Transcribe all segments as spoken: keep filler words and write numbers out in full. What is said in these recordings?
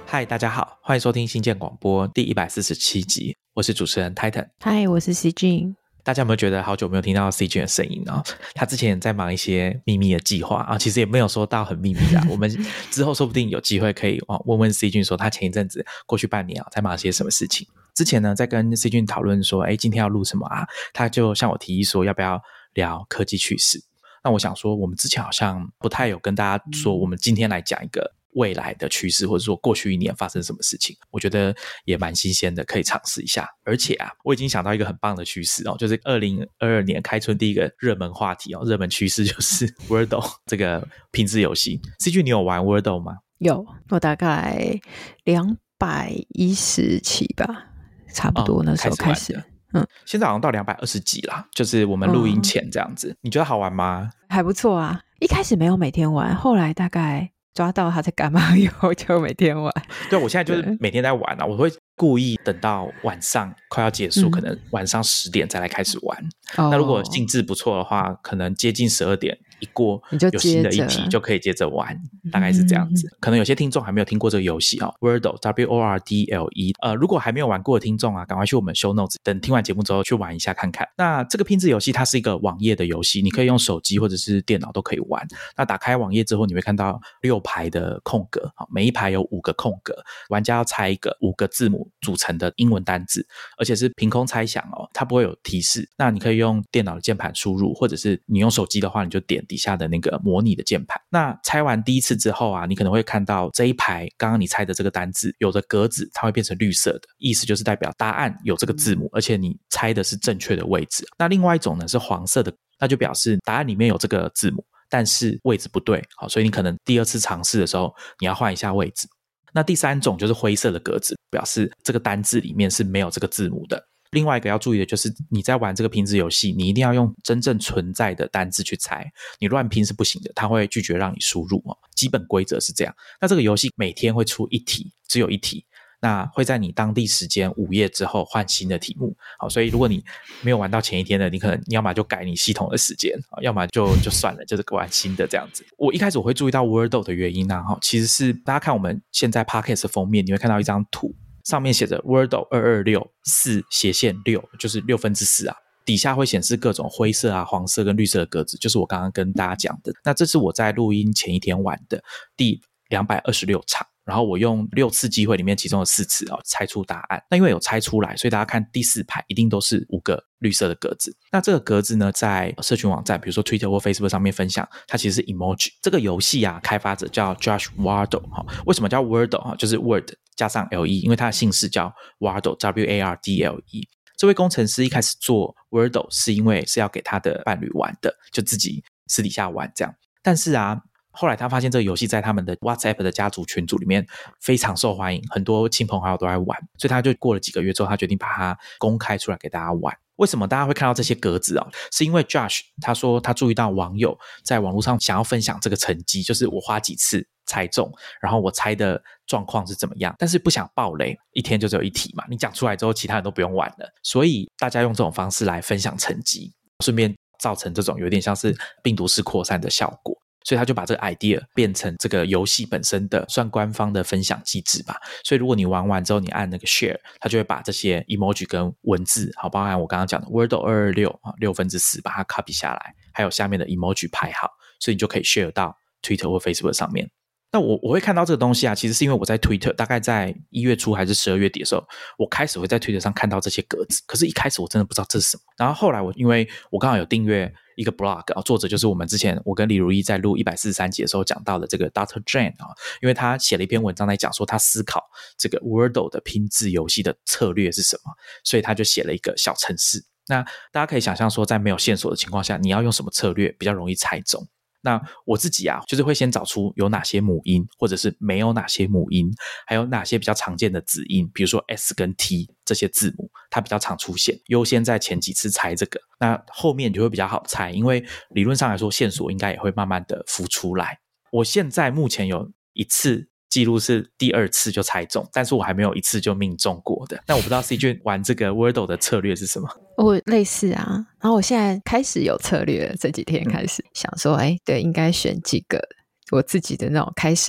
嗨，大家好，欢迎收听新建广播第一百四十七集，我是主持人 Titan。 嗨，我是 C J。 大家有没有觉得好久没有听到 C J 的声音呢？他之前在忙一些秘密的计划啊，其实也没有说到很秘密啊。我们之后说不定有机会可以问问 C J 说他前一阵子过去半年啊在忙些什么事情。之前呢，在跟 C J 讨论说，哎，今天要录什么啊？他就向我提议说，要不要聊科技趋势？那我想说，我们之前好像不太有跟大家说，我们今天来讲一个未来的趋势，或者说过去一年发生什么事情，我觉得也蛮新鲜的，可以尝试一下。而且啊，我已经想到一个很棒的趋势哦，就是二零二二年开春第一个热门话题哦，热门趋势就是 Wordle 这个拼字游戏。C G 你有玩 Wordle 吗？ 有，我大概两百一十期吧，差不多那时候开始。 哦、 嗯， 现在好像到两百二十集啦，就是我们录音前这样子。嗯、你觉得好玩吗？ 还不错啊，一开始没有每天玩，后来大概抓到他在干嘛以后就每天玩。 对，我现在就是每天在玩啊，我会故意等到晚上快要结束，嗯、可能晚上十点再来开始玩。哦、那如果兴致不错的话，可能接近十二点一过，有新的一题就可以接着玩，大概是这样子。嗯、可能有些听众还没有听过这个游戏哦 ，Wordle W O R D L E。呃，如果还没有玩过的听众啊，赶快去我们 show notes， 等听完节目之后去玩一下看看。那这个拼字游戏它是一个网页的游戏，你可以用手机或者是电脑都可以玩。那打开网页之后，你会看到六排的空格，每一排有五个空格，玩家要猜一个五个字母组成的英文单字，而且是凭空猜想哦，它不会有提示。那你可以用电脑的键盘输入，或者是你用手机的话，你就点底下的那个模拟的键盘。那猜完第一次之后啊，你可能会看到这一排刚刚你猜的这个单字，有的格子它会变成绿色的，意思就是代表答案有这个字母，而且你猜的是正确的位置。那另外一种呢是黄色的，那就表示答案里面有这个字母，但是位置不对，好，所以你可能第二次尝试的时候你要换一下位置。那第三种就是灰色的格子，表示这个单字里面是没有这个字母的。另外一个要注意的就是你在玩这个拼字游戏，你一定要用真正存在的单字去猜，你乱拼是不行的，它会拒绝让你输入哦。基本规则是这样。那这个游戏每天会出一题，只有一题，那会在你当地时间午夜之后换新的题目。好，所以如果你没有玩到前一天的，你可能你要么就改你系统的时间，要么就就算了，就是玩新的这样子。我一开始我会注意到 Wordle 的原因啊，其实是大家看我们现在 Podcast 的封面，你会看到一张图，上面写着 Wordle 二二六四斜线六，就是六分之四啊。底下会显示各种灰色啊、黄色跟绿色的格子，就是我刚刚跟大家讲的。那这是我在录音前一天玩的第两百二十六场，然后我用六次机会里面其中的四次啊猜出答案。那因为有猜出来，所以大家看第四排一定都是五个绿色的格子。那这个格子呢，在社群网站比如说 Twitter 或 Facebook 上面分享，它其实是 emoji。这个游戏啊，开发者叫 Josh Wardle。为什么叫 Wordle？ 就是 Word 加上 L E， 因为他的姓氏叫 Wardle W A R D L E。这位工程师一开始做 Wordle 是因为是要给他的伴侣玩的，就自己私底下玩这样。但是啊，后来他发现这个游戏在他们的 WhatsApp 的家族群组里面非常受欢迎，很多亲朋好友都在玩，所以他就过了几个月之后，他决定把它公开出来给大家玩。为什么大家会看到这些格子啊？是因为 Josh 他说他注意到网友在网络上想要分享这个成绩，就是我花几次猜中，然后我猜的状况是怎么样，但是不想爆雷，一天就只有一题嘛，你讲出来之后其他人都不用玩了，所以大家用这种方式来分享成绩，顺便造成这种有点像是病毒式扩散的效果。所以他就把这个 idea 变成这个游戏本身的算官方的分享机制吧。所以如果你玩完之后你按那个 share， 他就会把这些 emoji 跟文字，好，包含我刚刚讲的 Wordle 二二六六分之四把它 copy 下来，还有下面的 emoji 排好，所以你就可以 share 到 Twitter 或 Facebook 上面。那我我会看到这个东西啊，其实是因为我在 Twitter 大概在一月初还是十二月底的时候，我开始会在 Twitter 上看到这些格子，可是一开始我真的不知道这是什么。然后后来我因为我刚好有订阅一个 blog， 作者就是我们之前我跟李如一在录一百四十三集的时候讲到的这个 Doctor Jane， 因为他写了一篇文章在讲说他思考这个 Wordle 的拼字游戏的策略是什么，所以他就写了一个小程式。那大家可以想象说，在没有线索的情况下，你要用什么策略比较容易猜中。那我自己啊，就是会先找出有哪些母音，或者是没有哪些母音，还有哪些比较常见的子音，比如说 S 跟 T 这些字母，它比较常出现，优先在前几次猜这个，那后面就会比较好猜，因为理论上来说线索应该也会慢慢的浮出来。我现在目前有一次记录是第二次就猜中，但是我还没有一次就命中过的。那我不知道 C J 玩这个 Wordle 的策略是什么？ 我类似啊，然后我现在开始有策略，这几天开始、嗯、想说，哎，对，应该选几个我自己的那种开始字，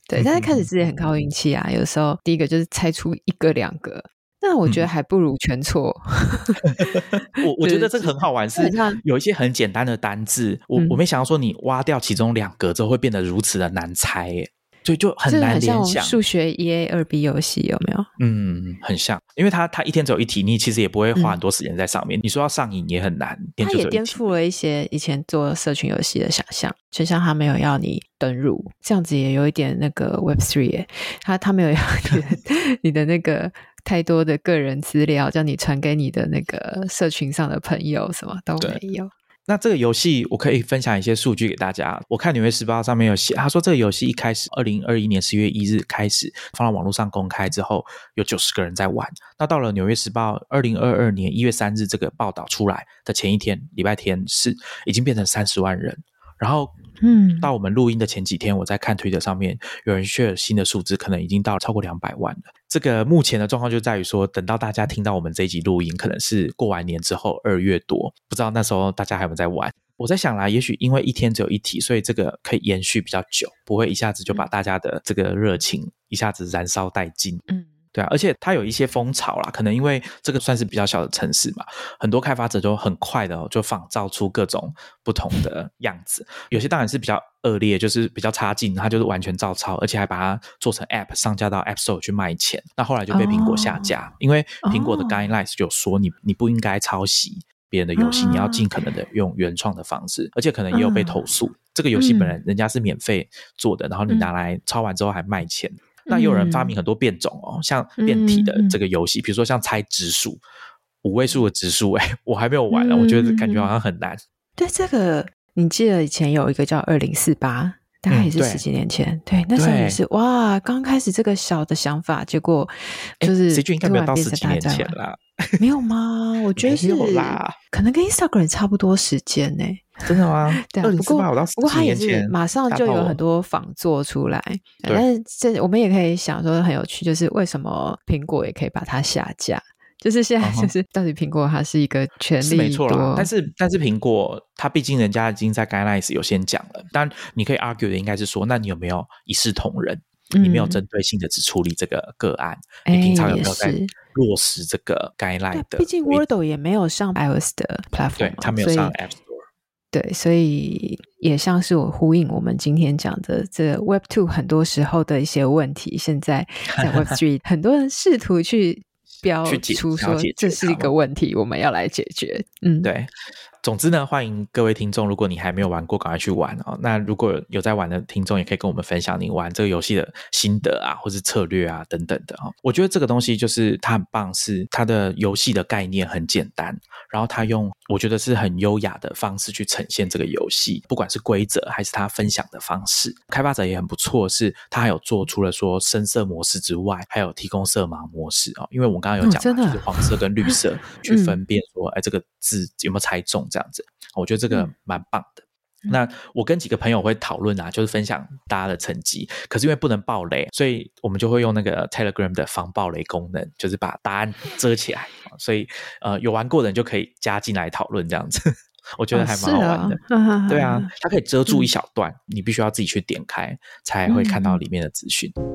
对，但是开始之前很靠运气啊，有时候第一个就是猜出一个两个，但我觉得还不如全错。 嗯、我我觉得这个很好玩，是有一些很简单的单字，我、嗯、我没想到说你挖掉其中两格之后会变得如此的难猜耶，所以就很难联想。 很像数学一 A 二 B 游戏有没有？ 嗯，很像，因为它它一天只有一题，你其实也不会花很多时间在上面。嗯、你说要上瘾也很难， 它也颠覆了一些以前做社群游戏的想象，就像他没有要你登入，这样子也有一点那个 Web 三 耶，他他没有要你的你的那个太多的个人资料，叫你传给你的那个社群上的朋友，什么都没有。 那这个游戏我可以分享一些数据给大家。我看纽约时报上面有写，他说这个游戏一开始二零二一年十月一日开始放到网络上公开之后，有九十个人在玩。那到了纽约时报二零二二年一月三日这个报道出来的前一天，礼拜天是已经变成三十万人。然后嗯，到我们录音的前几天，我在看推特上面有人 share 新的数字，可能已经到超过两百万了。这个目前的状况就在于说，等到大家听到我们这一集录音，可能是过完年之后二月多，不知道那时候大家还有没有在玩。我在想啦，也许因为一天只有一题，所以这个可以延续比较久，不会一下子就把大家的这个热情一下子燃烧殆尽。嗯，对啊，而且它有一些风潮啦，可能因为这个算是比较小的城市嘛，很多开发者就很快的、哦、就仿造出各种不同的样子。有些当然是比较恶劣，就是比较差劲，它就是完全照抄，而且还把它做成 App 上架到 App Store 去卖钱。那后来就被苹果下架，哦、因为苹果的 guidelines 就说你你不应该抄袭别人的游戏，你要尽可能的用原创的方式，而且可能也有被投诉。这个游戏本来人家是免费做的，然后你拿来抄完之后还卖钱。那也有人发明很多变种哦，像变体的这个游戏，比如说像猜指数，五位数的指数，哎，我还没有玩呢，我觉得感觉好像很难。 对，这个你记得以前有一个叫二零四八，大概也是十几年前，嗯、对, 对，那时候也是哇，刚开始这个小的想法，结果就是谁觉得应该没有到十几年前啦？ 没有吗？我觉得是可能跟 Instagram 差不多时间呢、欸。 真的吗？ 对、 啊，不过不过它也是马上就有很多仿作出来，但是这我们也可以想说很有趣，就是为什么苹果也可以把它下架？就是现在就是到底苹果它是一个权力多，是没错啦，但是但是苹果它毕竟人家已经在 guidelines 有先讲了，当然你可以 argue 的应该是说，那你有没有一视同仁？你没有针对性的只处理这个个案、嗯、你平常有没有在落实这个 guideline 的？ 毕竟 Wordle 也没有上 iOS 的 platform， 对，它没有上 App Store。 对，所以也像是我呼应我们今天讲的这个 Web 二 很多时候的一些问题，现在在 Web 三 很多人试图去标出说这是一个问题，我们要来解决。嗯， 对。总之呢，欢迎各位听众，如果你还没有玩过，赶快去玩哦。那如果有在玩的听众，也可以跟我们分享你玩这个游戏的心得啊，或是策略啊等等的哦。我觉得这个东西就是它很棒，是它的游戏的概念很简单，然后它用我觉得是很优雅的方式去呈现这个游戏，不管是规则还是它分享的方式。开发者也很不错，是它还有做除了说深色模式之外，还有提供色盲模式哦。因为我刚刚有讲嘛、嗯、就是黄色跟绿色去分辨说，哎、嗯，这个字有没有猜中这样子。我觉得这个蛮棒的、嗯、那我跟几个朋友会讨论啊，就是分享大家的成绩，可是因为不能爆雷，所以我们就会用那个 Telegram 的防爆雷功能，就是把答案遮起来，所以呃有玩过的人就可以加进来讨论这样子我觉得还蛮好玩的、哦啊、对啊，它可以遮住一小段、嗯、你必须要自己去点开才会看到里面的资讯、嗯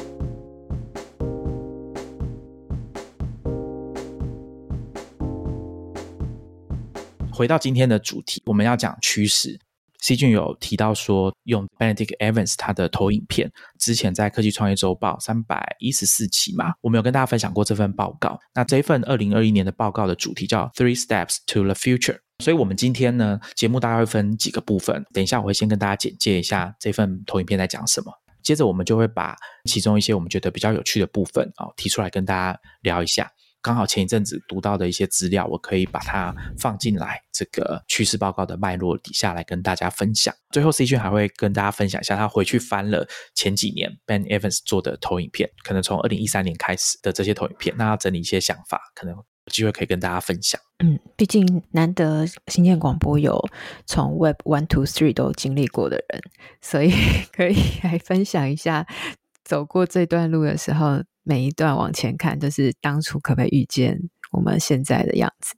回到今天的主题，我们要讲趋势。C 君有提到说用 Benedict Evans 他的投影片，之前在科技创业周报三百一十四期嘛，我们有跟大家分享过这份报告。那这一份二零二一年的报告的主题叫 Three Steps to the Future， 所以我们今天呢节目大概会分几个部分，等一下我会先跟大家简介一下这份投影片在讲什么，接着我们就会把其中一些我们觉得比较有趣的部分、哦、提出来跟大家聊一下。刚好前一阵子读到的一些资料，我可以把它放进来这个趋势报告的脉络底下来跟大家分享。最后 C 君还会跟大家分享一下他回去翻了前几年 Ben Evans 做的投影片，可能从二零一三年开始的这些投影片，那要整理一些想法，可能有机会可以跟大家分享。 嗯，毕竟难得新建广播有从 Web 一 到三都经历过的人，所以可以来分享一下走过这段路的时候，每一段往前看，就是当初可不可以预见我们现在的样子。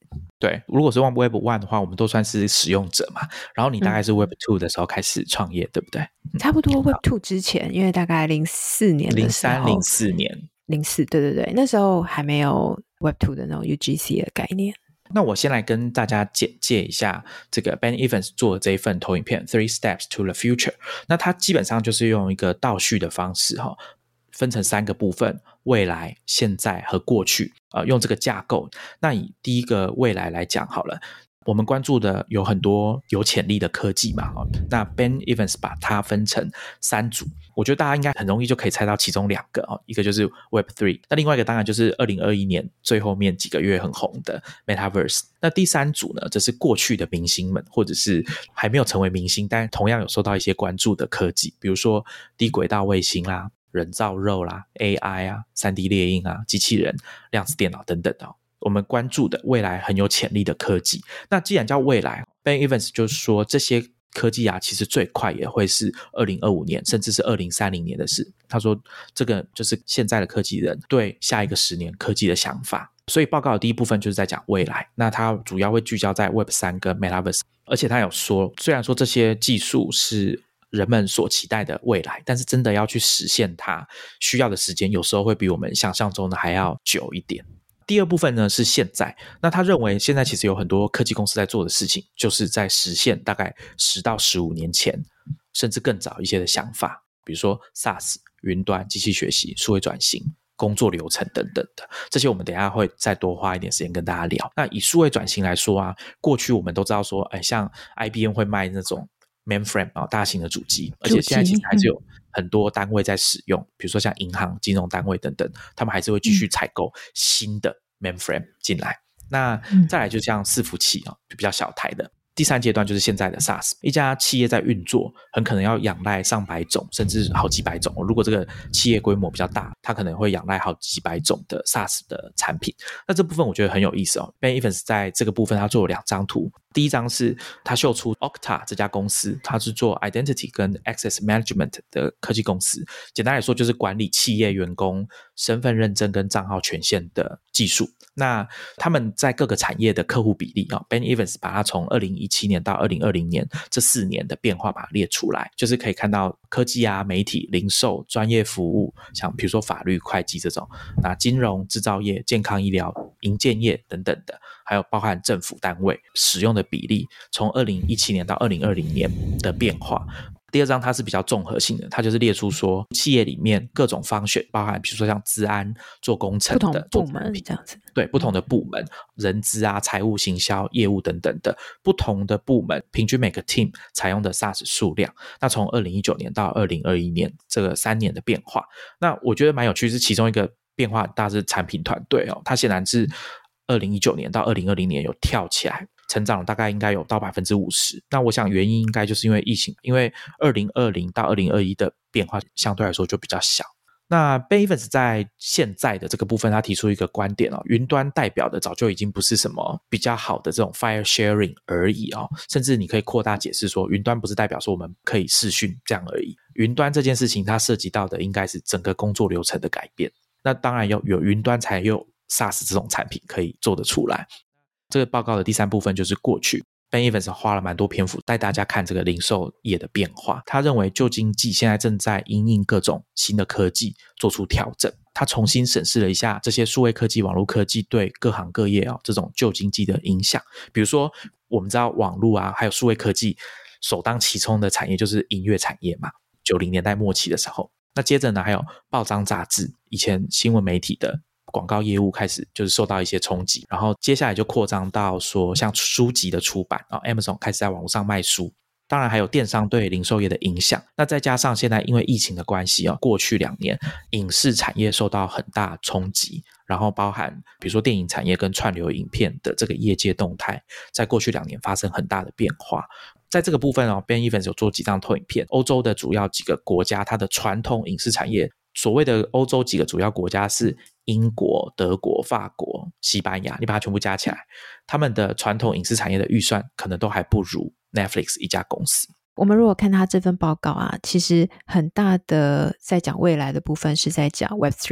对，如果是 Web 一 的话，我们都算是使用者嘛，然后你大概是 Web 二 的时候开始创业、嗯、对不对？ 差不多 Web 二 之前，因为大概零四年的时候， 零三零四年零四对对对，那时候还没有 Web 二 的那种 U G C 的概念。 那我先来跟大家简介一下这个 Ben Evans 做的这一份投影片 Three Steps to the Future。 那它基本上就是用一个倒叙的方式分成三个部分，未来、现在和过去、呃、用这个架构。那以第一个未来来讲好了，我们关注的有很多有潜力的科技嘛，那 Ben Evans 把它分成三组，我觉得大家应该很容易就可以猜到其中两个，一个就是 Web 三， 那另外一个当然就是二零二一年最后面几个月很红的 Metaverse。 那第三组呢，则是过去的明星们，或者是还没有成为明星但同样有受到一些关注的科技，比如说低轨道卫星啦、人造肉啦、A I 啊、三 D 列印啊、机器人、量子电脑等等的我们关注的未来很有潜力的科技。那既然叫未来， Ben Evans 就是说这些科技啊，其实最快也会是二零二五年甚至是二零三零年的事。他说这个就是现在的科技人对下一个十年科技的想法。所以报告的第一部分就是在讲未来，那他主要会聚焦在 Web 三 跟 Metaverse。 而且他有说，虽然说这些技术是人们所期待的未来，但是真的要去实现它需要的时间有时候会比我们想象中的还要久一点。第二部分呢是现在，那他认为现在其实有很多科技公司在做的事情，就是在实现大概十到十五年前甚至更早一些的想法，比如说 SaaS、 云端、机器学习、数位转型、工作流程等等的，这些我们等一下会再多花一点时间跟大家聊。那以数位转型来说啊，过去我们都知道说，哎，像 I B M 会卖那种 mainframe、哦、大型的主机，而且现在其实还是有很多单位在使用，比如说像银行、金融单位等等，他们还是会继续采购新的 mainframe 进来。那再来就像伺服器、哦、就比较小台的。第三阶段就是现在的 SaaS， 一家企业在运作很可能要仰赖上百种甚至好几百种，如果这个企业规模比较大，它可能会仰赖好几百种的 SaaS 的产品。那这部分我觉得很有意思哦。 Ben Evans 在这个部分他做了两张图，第一张是他秀出 Okta 这家公司，他是做 Identity 跟 Access Management 的科技公司，简单来说就是管理企业员工身份认证跟账号权限的技术。那他们在各个产业的客户比例、哦、Ben Evans 把它从二零一七年到二零二零年这四年的变化把它列出来，就是可以看到科技啊、媒体、零售、专业服务，像比如说法律、会计这种，那金融、制造业、健康医疗、营建业等等的，还有包含政府单位使用的比例，从二零一七年到二零二零年的变化。第二章它是比较综合性的，它就是列出说企业里面各种方选，包含比如说像资安、做工程的不同部门这样子， 对，不同的部门、人资啊、财务、行销、业务等等的不同的部门，平均每个 team 采用的 SaaS 数量，那从二零一九年到二零二一年这个三年的变化。那我觉得蛮有趣，是其中一个变化很大是产品团队哦，它显然是二零一九年到二零二零年有跳起来，成长大概应该有到 百分之五十。 那我想原因应该就是因为疫情，因为二零二零到二零二一的变化相对来说就比较小。那 Ben Evans 在现在的这个部分他提出一个观点哦，云端代表的早就已经不是什么比较好的这种 file sharing 而已哦，甚至你可以扩大解释说，云端不是代表说我们可以视讯这样而已，云端这件事情它涉及到的应该是整个工作流程的改变。那当然有有云端才有 SaaS 这种产品可以做得出来。这个报告的第三部分就是过去， Ben Evans 花了蛮多篇幅带大家看这个零售业的变化。他认为旧经济现在正在因应各种新的科技做出调整，他重新审视了一下这些数位科技、网络科技对各行各业、哦、这种旧经济的影响。比如说我们知道网络啊还有数位科技首当其冲的产业就是音乐产业嘛，九零年代末期的时候。那接着呢还有报章杂志，以前新闻媒体的广告业务开始就是受到一些冲击，然后接下来就扩张到说像书籍的出版、哦、Amazon 开始在网络上卖书，当然还有电商对零售业的影响。那再加上现在因为疫情的关系、哦、过去两年影视产业受到很大冲击，然后包含比如说电影产业跟串流影片的这个业界动态在过去两年发生很大的变化。在这个部分、哦、Ben Evans 有做几张投影片，欧洲的主要几个国家它的传统影视产业，所谓的欧洲几个主要国家是英国、德国、法国、西班牙，你把它全部加起来，他们的传统影视产业的预算可能都还不如 Netflix 一家公司。 我们如果看他这份报告啊，其实很大的在讲未来的部分是在讲 Web 三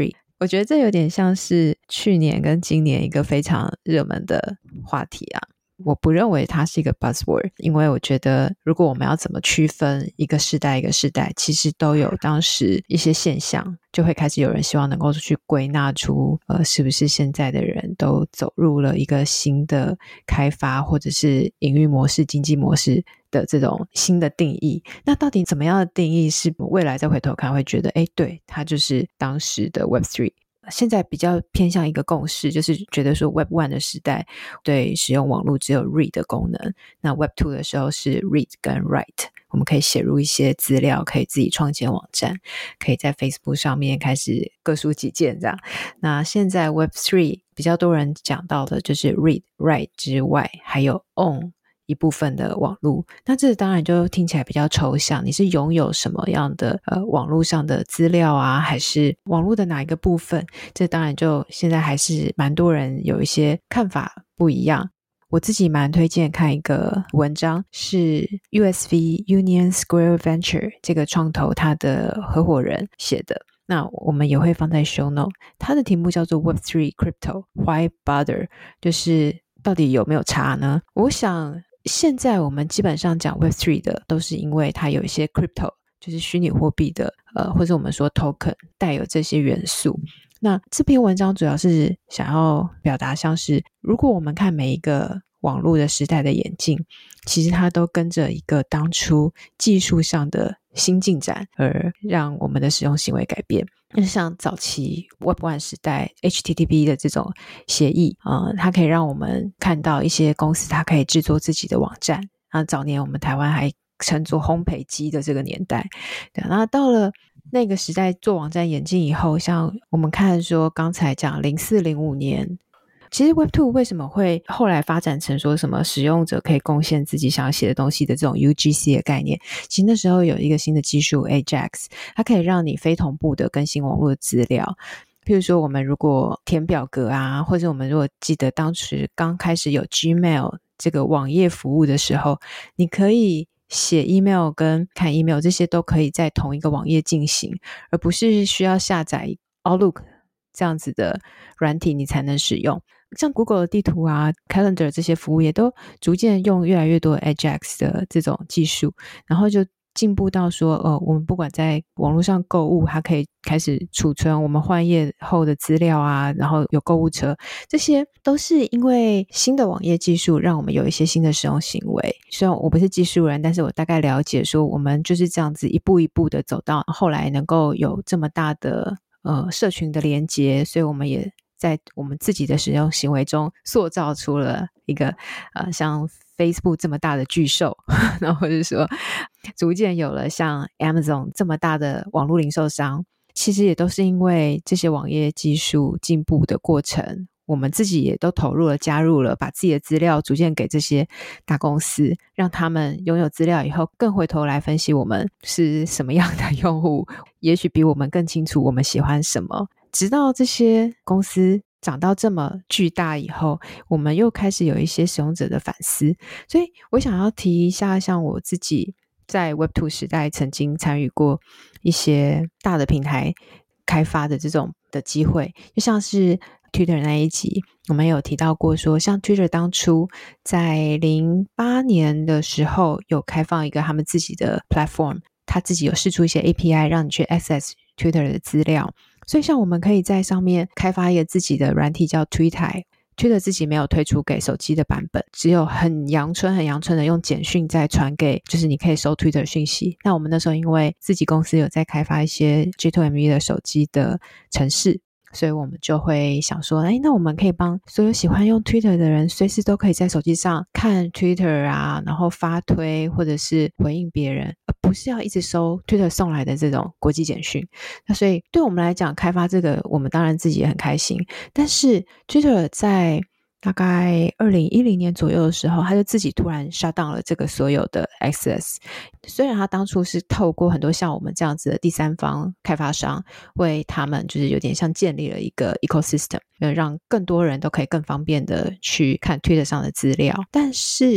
我觉得这有点像是去年跟今年一个非常热门的话题啊。我不认为它是一个 buzzword， 因为我觉得如果我们要怎么区分一个世代一个世代，其实都有当时一些现象，就会开始有人希望能够去归纳出呃，是不是现在的人都走入了一个新的开发或者是营运模式经济模式的这种新的定义。那到底怎么样的定义是未来再回头看会觉得诶对，它就是当时的 Web 三。现在比较偏向一个共识，就是觉得说 Web 一 的时代对使用网络只有 read 的功能，那 Web 二 的时候是 read 跟 write， 我们可以写入一些资料，可以自己创建网站，可以在 Facebook 上面开始各抒己见这样。那现在 Web 三 比较多人讲到的就是 read write 之外还有 own一部分的网络，那这当然就听起来比较抽象，你是拥有什么样的呃网络上的资料啊，还是网络的哪一个部分，这当然就现在还是蛮多人有一些看法不一样。我自己蛮推荐看一个文章，是 U S V Union Square Venture 这个创投他的合伙人写的，那我们也会放在 show note。 他的题目叫做 Web 三 Crypto Why Bother， 就是到底有没有差呢？我想现在我们基本上讲 Web 三 的都是因为它有一些 crypto 就是虚拟货币的呃，或者我们说 token 带有这些元素。那这篇文章主要是想要表达像是如果我们看每一个网络的时代的演进，其实它都跟着一个当初技术上的新进展而让我们的使用行为改变。像早期 Web 一 时代 H T T P 的这种协议、呃、它可以让我们看到一些公司它可以制作自己的网站，那早年我们台湾还称作烘焙机的这个年代。对，那到了那个时代做网站演进以后，像我们看说刚才讲零四零五年，其实 Web 二 为什么会后来发展成说什么使用者可以贡献自己想要写的东西的这种 U G C 的概念，其实那时候有一个新的技术 Ajax， 它可以让你非同步的更新网络的资料。譬如说我们如果填表格啊，或者我们如果记得当时刚开始有 Gmail 这个网页服务的时候，你可以写 email 跟看 email 这些都可以在同一个网页进行，而不是需要下载 Outlook 这样子的软体你才能使用。像 Google 的地图啊 Calendar 这些服务也都逐渐用越来越多的 Ajax 的这种技术，然后就进步到说呃，我们不管在网络上购物，它可以开始储存我们换页后的资料啊，然后有购物车，这些都是因为新的网页技术让我们有一些新的使用行为。虽然我不是技术人，但是我大概了解说我们就是这样子一步一步的走到后来能够有这么大的呃社群的连结，所以我们也在我们自己的使用行为中塑造出了一个呃像 Facebook 这么大的巨兽，然后或者说逐渐有了像 Amazon 这么大的网络零售商，其实也都是因为这些网页技术进步的过程，我们自己也都投入了加入了，把自己的资料逐渐给这些大公司，让他们拥有资料以后更回头来分析我们是什么样的用户，也许比我们更清楚我们喜欢什么。直到这些公司长到这么巨大以后，我们又开始有一些使用者的反思。所以我想要提一下，像我自己在 Web 二 时代曾经参与过一些大的平台开发的这种的机会，就像是 Twitter 那一集我们有提到过说，像 Twitter 当初在零八年的时候有开放一个他们自己的 platform， 他自己有释出一些 A P I 让你去 access Twitter 的资料，所以像我们可以在上面开发一个自己的软体叫 Twitter， Twitter 自己没有推出给手机的版本，只有很阳春很阳春的用简讯再传给就是你可以收 Twitter 讯息。那我们那时候因为自己公司有在开发一些 G 二 M V 的手机的程式，所以我们就会想说，哎，那我们可以帮所有喜欢用 Twitter 的人随时都可以在手机上看 Twitter 啊，然后发推或者是回应别人，而不是要一直收 Twitter 送来的这种国际简讯。那所以对我们来讲开发这个我们当然自己也很开心，但是 Twitter 在大概二零一零年左右的时候，他就自己突然 shut down 了这个所有的 access。 虽然他当初是透过很多像我们这样子的第三方开发商为他们就是有点像建立了一个 ecosystem， 让更多人都可以更方便的去看 Twitter 上的资料，但是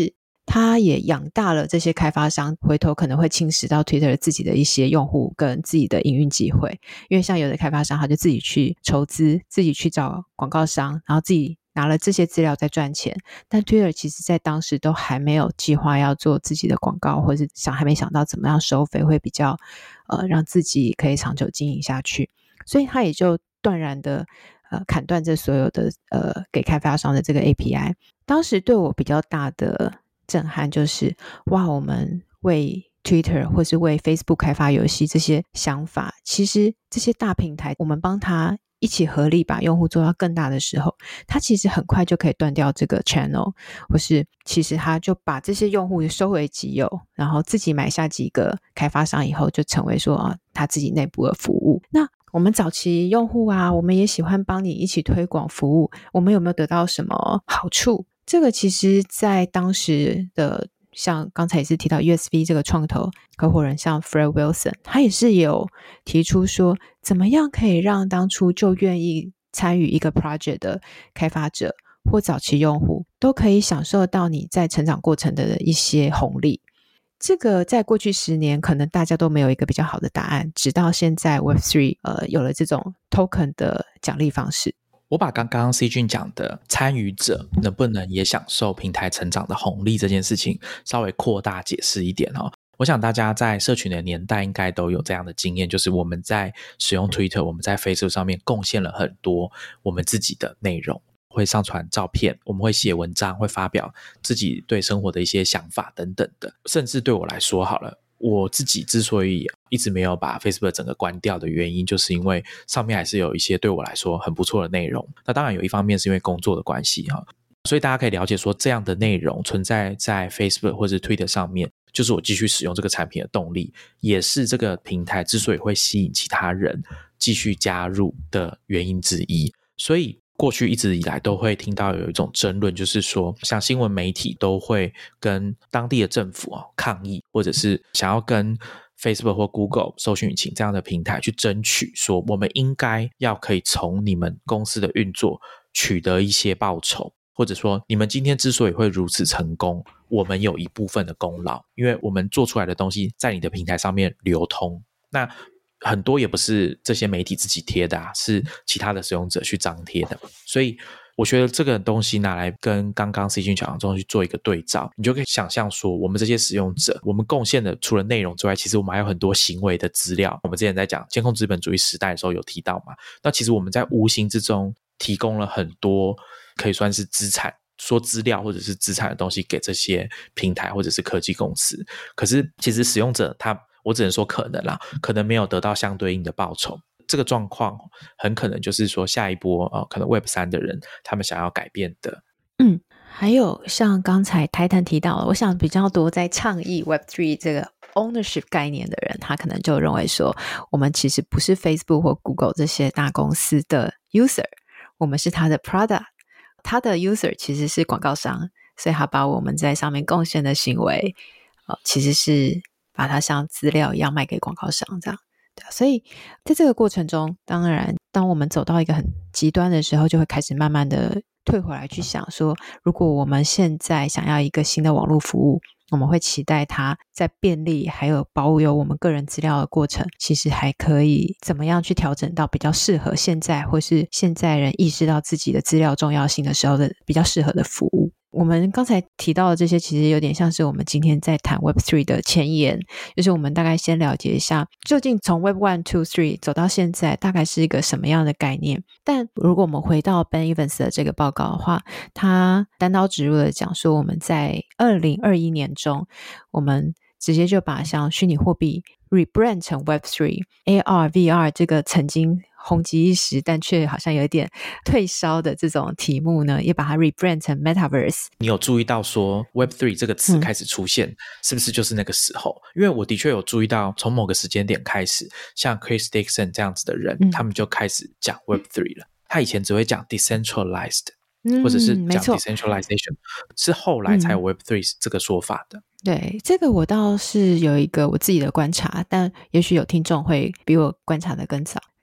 它也养大了这些开发商，回头可能会侵蚀到 Twitter 自己的一些用户跟自己的营运机会。因为像有的开发商他就自己去筹资，自己去找广告商，然后自己拿了这些资料在赚钱，但 Twitter 其实在当时都还没有计划要做自己的广告，或是想还没想到怎么样收费会比较呃让自己可以长久经营下去，所以他也就断然的呃砍断这所有的呃给开发商的这个 A P I。 当时对我比较大的震撼就是哇，我们为 Twitter 或是为 Facebook 开发游戏这些想法，其实这些大平台我们帮他一起合力把用户做到更大的时候，他其实很快就可以断掉这个 channel， 或是其实他就把这些用户收回己有，然后自己买下几个开发商以后就成为说、啊、他自己内部的服务。那我们早期用户啊，我们也喜欢帮你一起推广服务，我们有没有得到什么好处？这个其实在当时的像刚才也是提到 U S V 这个创投合伙人像 Fred Wilson， 他也是有提出说怎么样可以让当初就愿意参与一个 project 的开发者或早期用户都可以享受到你在成长过程的一些红利。这个在过去十年可能大家都没有一个比较好的答案，直到现在 Web 三 呃有了这种 token 的奖励方式。 我把刚刚 C 君讲的参与者能不能也享受平台成长的红利这件事情稍微扩大解释一点哦。我想大家在社群的年代应该都有这样的经验，就是我们在使用 Twitter， 我们在 Facebook 上面贡献了很多我们自己的内容，会上传照片，我们会写文章，会发表自己对生活的一些想法等等的。甚至对我来说好了，我自己之所以一直没有把 Facebook 整个关掉的原因，就是因为上面还是有一些对我来说很不错的内容。那当然有一方面是因为工作的关系哈，所以大家可以了解说这样的内容存在在 Facebook 或者 Twitter 上面，就是我继续使用这个产品的动力，也是这个平台之所以会吸引其他人继续加入的原因之一。所以过去一直以来都会听到有一种争论，就是说像新闻媒体都会跟当地的政府、哦、抗议，或者是想要跟 Facebook 或 Google 搜寻引擎这样的平台去争取，说我们应该要可以从你们公司的运作取得一些报酬，或者说你们今天之所以会如此成功，我们有一部分的功劳，因为我们做出来的东西在你的平台上面流通。那很多也不是这些媒体自己贴的啊，是其他的使用者去张贴的。所以我觉得这个东西拿来跟刚刚 C 君讲的东西做一个对照，你就可以想象说我们这些使用者，我们贡献的除了内容之外，其实我们还有很多行为的资料。我们之前在讲监控资本主义时代的时候有提到嘛，那其实我们在无形之中提供了很多可以算是资产，说资料或者是资产的东西给这些平台或者是科技公司。可是其实使用者他，我只能说可能啦，可能没有得到相对应的报酬。这个状况很可能就是说下一波、呃、可能 Web 三 的人他们想要改变的。 嗯，还有像刚才 Titan 提到了，我想比较多在倡议 Web 三 这个 ownership 概念的人，他可能就认为说我们其实不是 Facebook 或 Google 这些大公司的 user， 我们是他的 product， 他的 user 其实是广告商，所以他把我们在上面贡献的行为、呃、其实是把它像资料一样卖给广告商这样。对，所以在这个过程中，当然当我们走到一个很极端的时候，就会开始慢慢的退回来去想说，如果我们现在想要一个新的网络服务，我们会期待它在便利还有保有我们个人资料的过程，其实还可以怎么样去调整到比较适合现在或是现在人意识到自己的资料重要性的时候的比较适合的服务。我们刚才提到的这些其实有点像是我们今天在谈 Web 三 的前言，就是我们大概先了解一下究竟从 Web 一、二、三 走到现在大概是一个什么样的概念。但如果我们回到 Ben Evans 的这个报告的话，他单刀直入的讲说，我们在二零二一年中我们直接就把像虚拟货币 rebrand 成 Web 三 A R V R 这个曾经红极一时但却好像有一点退烧的这种题目呢，也把它 rebrand 成 Metaverse。 你有注意到说 Web 三 这个词开始出现、嗯、是不是就是那个时候？因为我的确有注意到从某个时间点开始，像 Chris Dixon 这样子的人、嗯、他们就开始讲 Web 三 了。他以前只会讲 decentralized、嗯、或者是讲 decentralization、嗯、是后来才有 Web 三 这个说法的。 对，这个我倒是有一个我自己的观察，但也许有听众会比我观察的更早。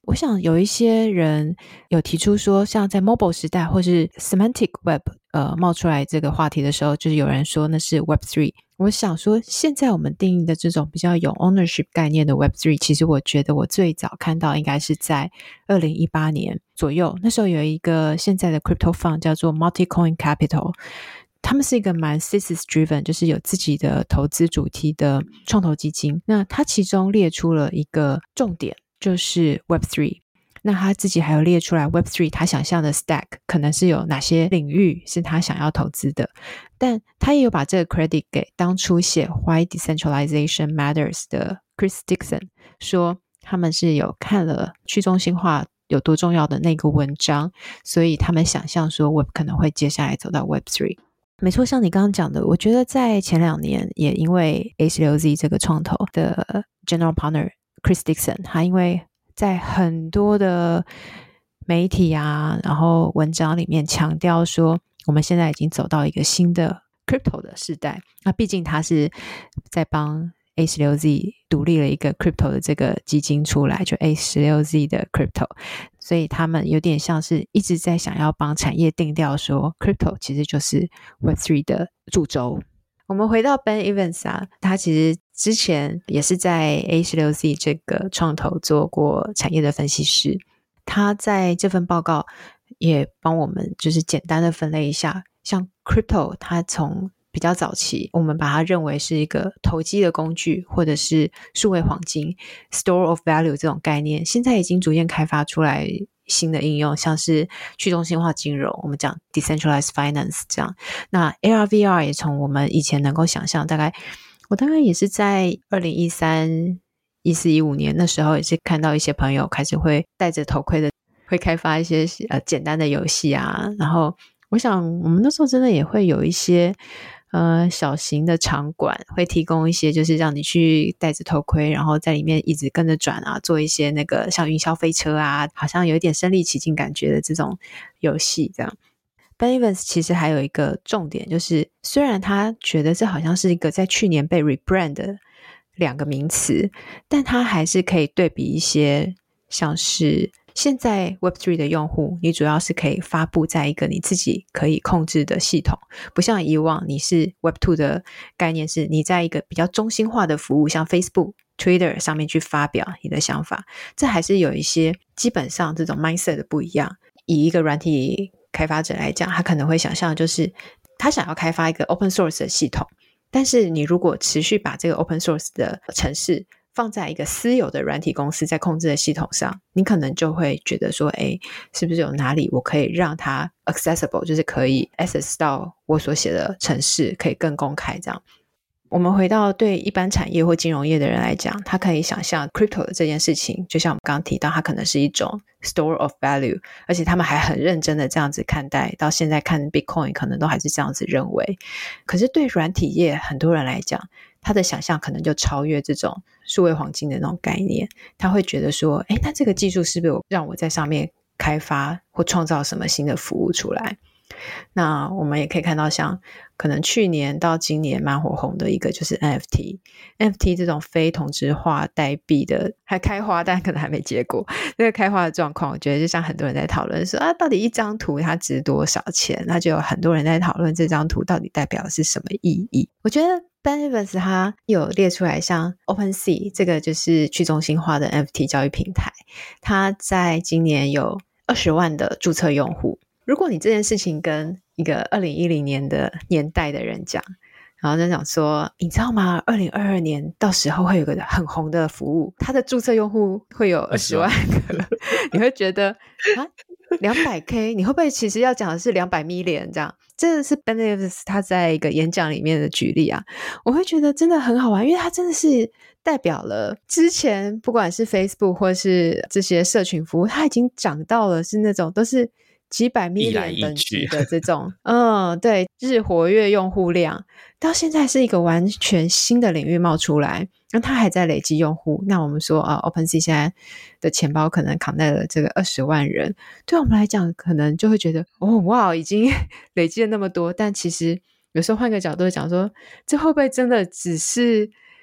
我想有一些人有提出说，像在 mobile 时代或是 semantic web 呃冒出来这个话题的时候，就是有人说那是 web 三。 我想说现在我们定义的这种比较有 ownership 概念的 web 三， 其实我觉得我最早看到应该是在二零一八年左右，那时候有一个现在的 crypto fund 叫做 Multicoin Capital，他们是一个蛮 thesis driven， 就是有自己的投资主题的创投基金。那他其中列出了一个重点，就是 web 三。 那他自己还有列出来 web 三 他想象的 stack 可能是有哪些领域是他想要投资的，但他也有把这个 credit 给当初写 Why Decentralization Matters 的 Chris Dixon， 说他们是有看了去中心化有多重要的那个文章，所以他们想象说 web 可能会接下来走到 web 三。没错，像你刚刚讲的，我觉得在前两年也因为 A 十六 Z 这个创投的 General Partner Chris Dixon， 他因为在很多的媒体啊然后文章里面强调说我们现在已经走到一个新的 crypto 的时代，那毕竟他是在帮 A 十六 Z 独立了一个 crypto 的这个基金出来，就 A 十六 Z 的 crypto， 所以他们有点像是一直在想要帮产业定调说 crypto 其实就是 web 三 的主轴。我们回到 Ben Evans 啊，他其实之前也是在 A 十六 Z 这个创投做过产业的分析师，他在这份报告也帮我们就是简单的分类一下，像 crypto 它从比较早期我们把它认为是一个投机的工具或者是数位黄金 store of value 这种概念，现在已经逐渐开发出来新的应用，像是去中心化金融，我们讲 decentralized finance 这样。那 A R V R 也从我们以前能够想象，大概我大概也是在二零一三一四一五年那时候也是看到一些朋友开始会戴着头盔的会开发一些呃简单的游戏啊，然后我想我们那时候真的也会有一些呃小型的场馆会提供一些就是让你去戴着头盔然后在里面一直跟着转啊，做一些那个像云霄飞车啊，好像有一点身临其境感觉的这种游戏这样。Ben Evans 其实还有一个重点，就是虽然他觉得这好像是一个在去年被 rebrand 的两个名词，但他还是可以对比一些像是现在 web 三 的用户，你主要是可以发布在一个你自己可以控制的系统，不像以往你是 web 二 的概念是你在一个比较中心化的服务，像 Facebook、Twitter 上面去发表你的想法，这还是有一些基本上这种 mindset 的不一样。以一个软体开发者来讲，他可能会想象就是他想要开发一个 open source 的系统，但是你如果持续把这个 open source 的程式放在一个私有的软体公司在控制的系统上，你可能就会觉得说诶，是不是有哪里我可以让它 accessible， 就是可以 access 到我所写的程式可以更公开这样。我们回到对一般产业或金融业的人来讲，他可以想象 crypto 的这件事情，就像我们刚刚提到，它可能是一种 store of value， 而且他们还很认真的这样子看待，到现在看 Bitcoin 可能都还是这样子认为。可是对软体业很多人来讲，他的想象可能就超越这种数位黄金的那种概念，他会觉得说诶，那这个技术是不是让我在上面开发或创造什么新的服务出来。那我们也可以看到像可能去年到今年蛮火红的一个就是 N F T N F T 这种非同质化代币的还开花但可能还没结果，这个开花的状况我觉得就像很多人在讨论说啊，到底一张图它值多少钱，那就有很多人在讨论这张图到底代表的是什么意义。我觉得 Ben Evans 他有列出来像 OpenSea 这个就是去中心化的 N F T 交易平台，他在今年有二十万的注册用户。如果你这件事情跟一个二零一零年的年代的人讲，然后就讲说你知道吗二零二二年到时候会有个很红的服务，它的注册用户会有二十万个你会觉得啊两百 K 你会不会其实要讲的是两百 million 这样。这是 Ben Evans 他在一个演讲里面的举例啊，我会觉得真的很好玩，因为他真的是代表了之前不管是 Facebook 或是这些社群服务，它已经涨到了是那种都是几百 million 等级的这种嗯，对，日活跃用户量，到现在是一个完全新的领域冒出来，那它还在累积用户。那我们说啊 OpenSea 现在的钱包可能扛在了这个二十万人，对我们来讲可能就会觉得哦哇，已经累积了那么多，但其实有时候换个角度讲说，这会不会真的只是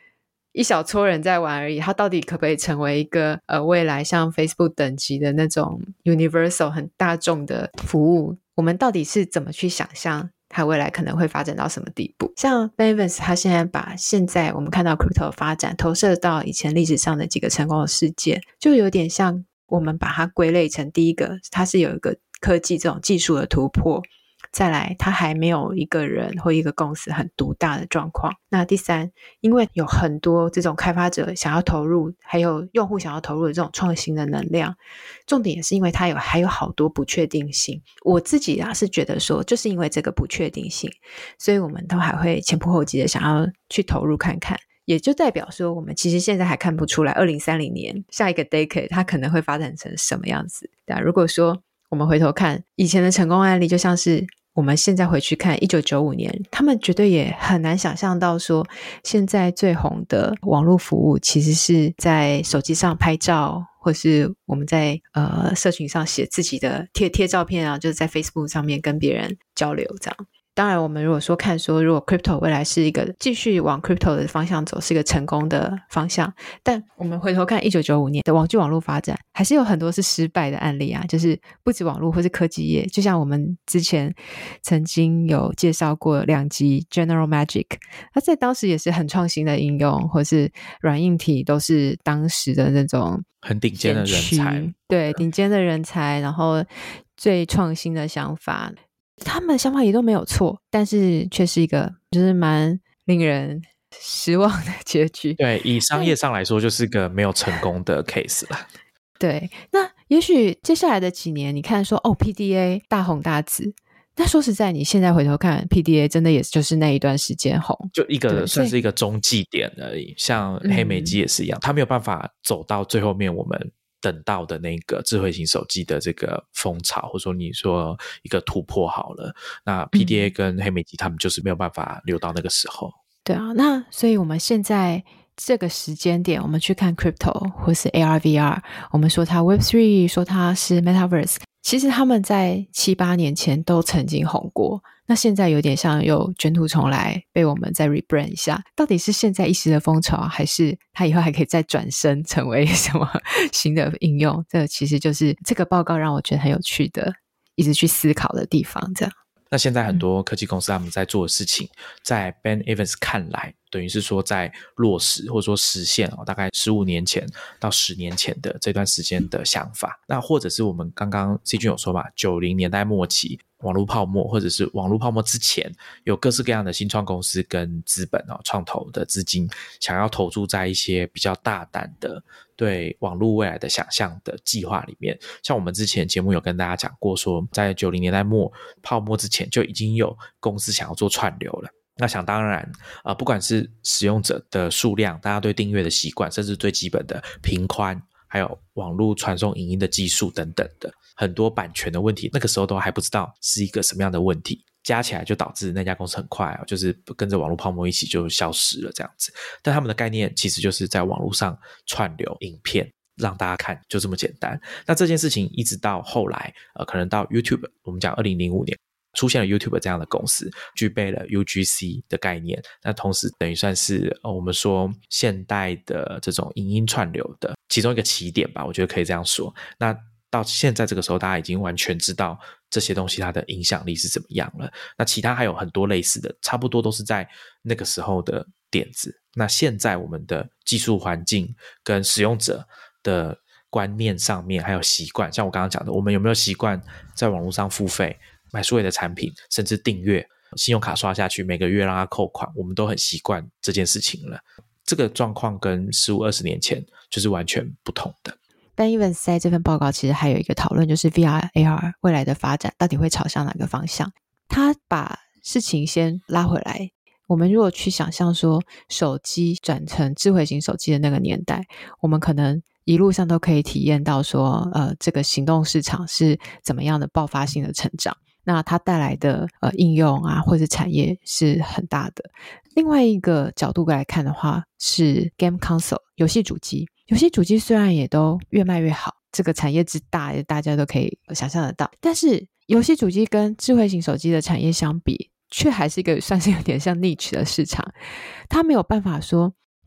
一小撮人在玩而已，它到底可不可以成为一个呃未来像 Facebook 等级的那种 universal 很大众的服务，我们到底是怎么去想象它未来可能会发展到什么地步。像 Ben Evans 他现在把现在我们看到 crypto 的发展投射到以前历史上的几个成功的事件，就有点像我们把它归类成第一个它是有一个科技这种技术的突破，再来它还没有一个人或一个公司很独大的状况，那第三因为有很多这种开发者想要投入还有用户想要投入的这种创新的能量，重点也是因为它有还有好多不确定性。我自己啊是觉得说就是因为这个不确定性，所以我们都还会前仆后继的想要去投入看看，也就代表说我们其实现在还看不出来二零三零年下一个 decade 它可能会发展成什么样子。对啊，如果说我们回头看以前的成功案例，就像是我们现在回去看一九九五年，他们绝对也很难想象到说现在最红的网络服务其实是在手机上拍照，或是我们在呃社群上写自己的贴贴照片啊，就是在 Facebook 上面跟别人交流这样。当然我们如果说看说如果 crypto 未来是一个继续往 crypto 的方向走是一个成功的方向，但我们回头看一九九五年的网际网络发展还是有很多是失败的案例啊，就是不止网络或是科技业，就像我们之前曾经有介绍过两集 General Magic， 它在当时也是很创新的应用，或是软硬体都是当时的那种很顶尖的人才， 对，顶尖的人才，然后最创新的想法，他们的想法也都没有错，但是却是一个就是蛮令人失望的结局。 对，以商业上来说就是个没有成功的 case 啦。 对，那也许接下来的几年你看说哦 P D A 大红大紫，那说实在你现在回头看 P D A 真的也就是那一段时间红， 就一个算是一个中继点而已。像黑莓机也是一样、嗯、它没有办法走到最后面我们等到的那个智慧型手机的这个风潮，或者说你说一个突破好了，那 P D A 跟黑莓机他们就是没有办法留到那个时候、嗯、 对啊，那所以我们现在这个时间点我们去看 crypto 或是 A R V R， 我们说它 Web 三 说它是 Metaverse， 其实他们在七八年前都曾经红过，那现在有点像又卷土重来，被我们再 rebrand 一下，到底是现在一时的风潮，还是它以后还可以再转身成为什么新的应用？这其实就是这个报告让我觉得很有趣的一直去思考的地方。这样， 那现在很多科技公司他们在做的事情、嗯、在 Ben Evans 看来等于是说在落实或者说实现、哦、大概十五年前到十年前的这段时间的想法。那或者是我们刚刚 C 君有说嘛，九零年代末期网络泡沫，或者是网络泡沫之前，有各式各样的新创公司跟资本、哦、创投的资金想要投注在一些比较大胆的对网络未来的想象的计划里面。像我们之前节目有跟大家讲过说，在九零年代末泡沫之前就已经有公司想要做串流了。那想当然、呃、不管是使用者的数量，大家对订阅的习惯，甚至最基本的频宽，还有网络传送影音的技术等等的很多版权的问题，那个时候都还不知道是一个什么样的问题，加起来就导致那家公司很快、哦、就是跟着网络泡沫一起就消失了这样子。但他们的概念其实就是在网络上串流影片让大家看，就这么简单。那这件事情一直到后来呃，可能到 YouTube， 我们讲二零零五年出现了 YouTube 这样的公司，具备了 U G C 的概念，那同时等于算是、呃、我们说现代的这种影音串流的其中一个起点吧，我觉得可以这样说。那到现在这个时候大家已经完全知道这些东西它的影响力是怎么样了，那其他还有很多类似的，差不多都是在那个时候的点子。那现在我们的技术环境跟使用者的观念上面还有习惯，像我刚刚讲的，我们有没有习惯在网络上付费买数位的产品，甚至订阅，信用卡刷下去每个月让它扣款，我们都很习惯这件事情了。这个状况跟十五二十年前就是完全不同的。 Ben Evans 在这份报告其实还有一个讨论，就是 V R A R 未来的发展到底会朝向哪个方向。他把事情先拉回来，我们如果去想象说手机转成智慧型手机的那个年代，我们可能一路上都可以体验到说呃，这个行动市场是怎么样的爆发性的成长，那它带来的呃应用啊或者产业是很大的。另外一个角度来看的话是 Game Console 游戏主机，游戏主机虽然也都越卖越好，这个产业之大大家都可以想象得到，但是游戏主机跟智慧型手机的产业相比，却还是一个算是有点像 niche 的市场。它没有办法说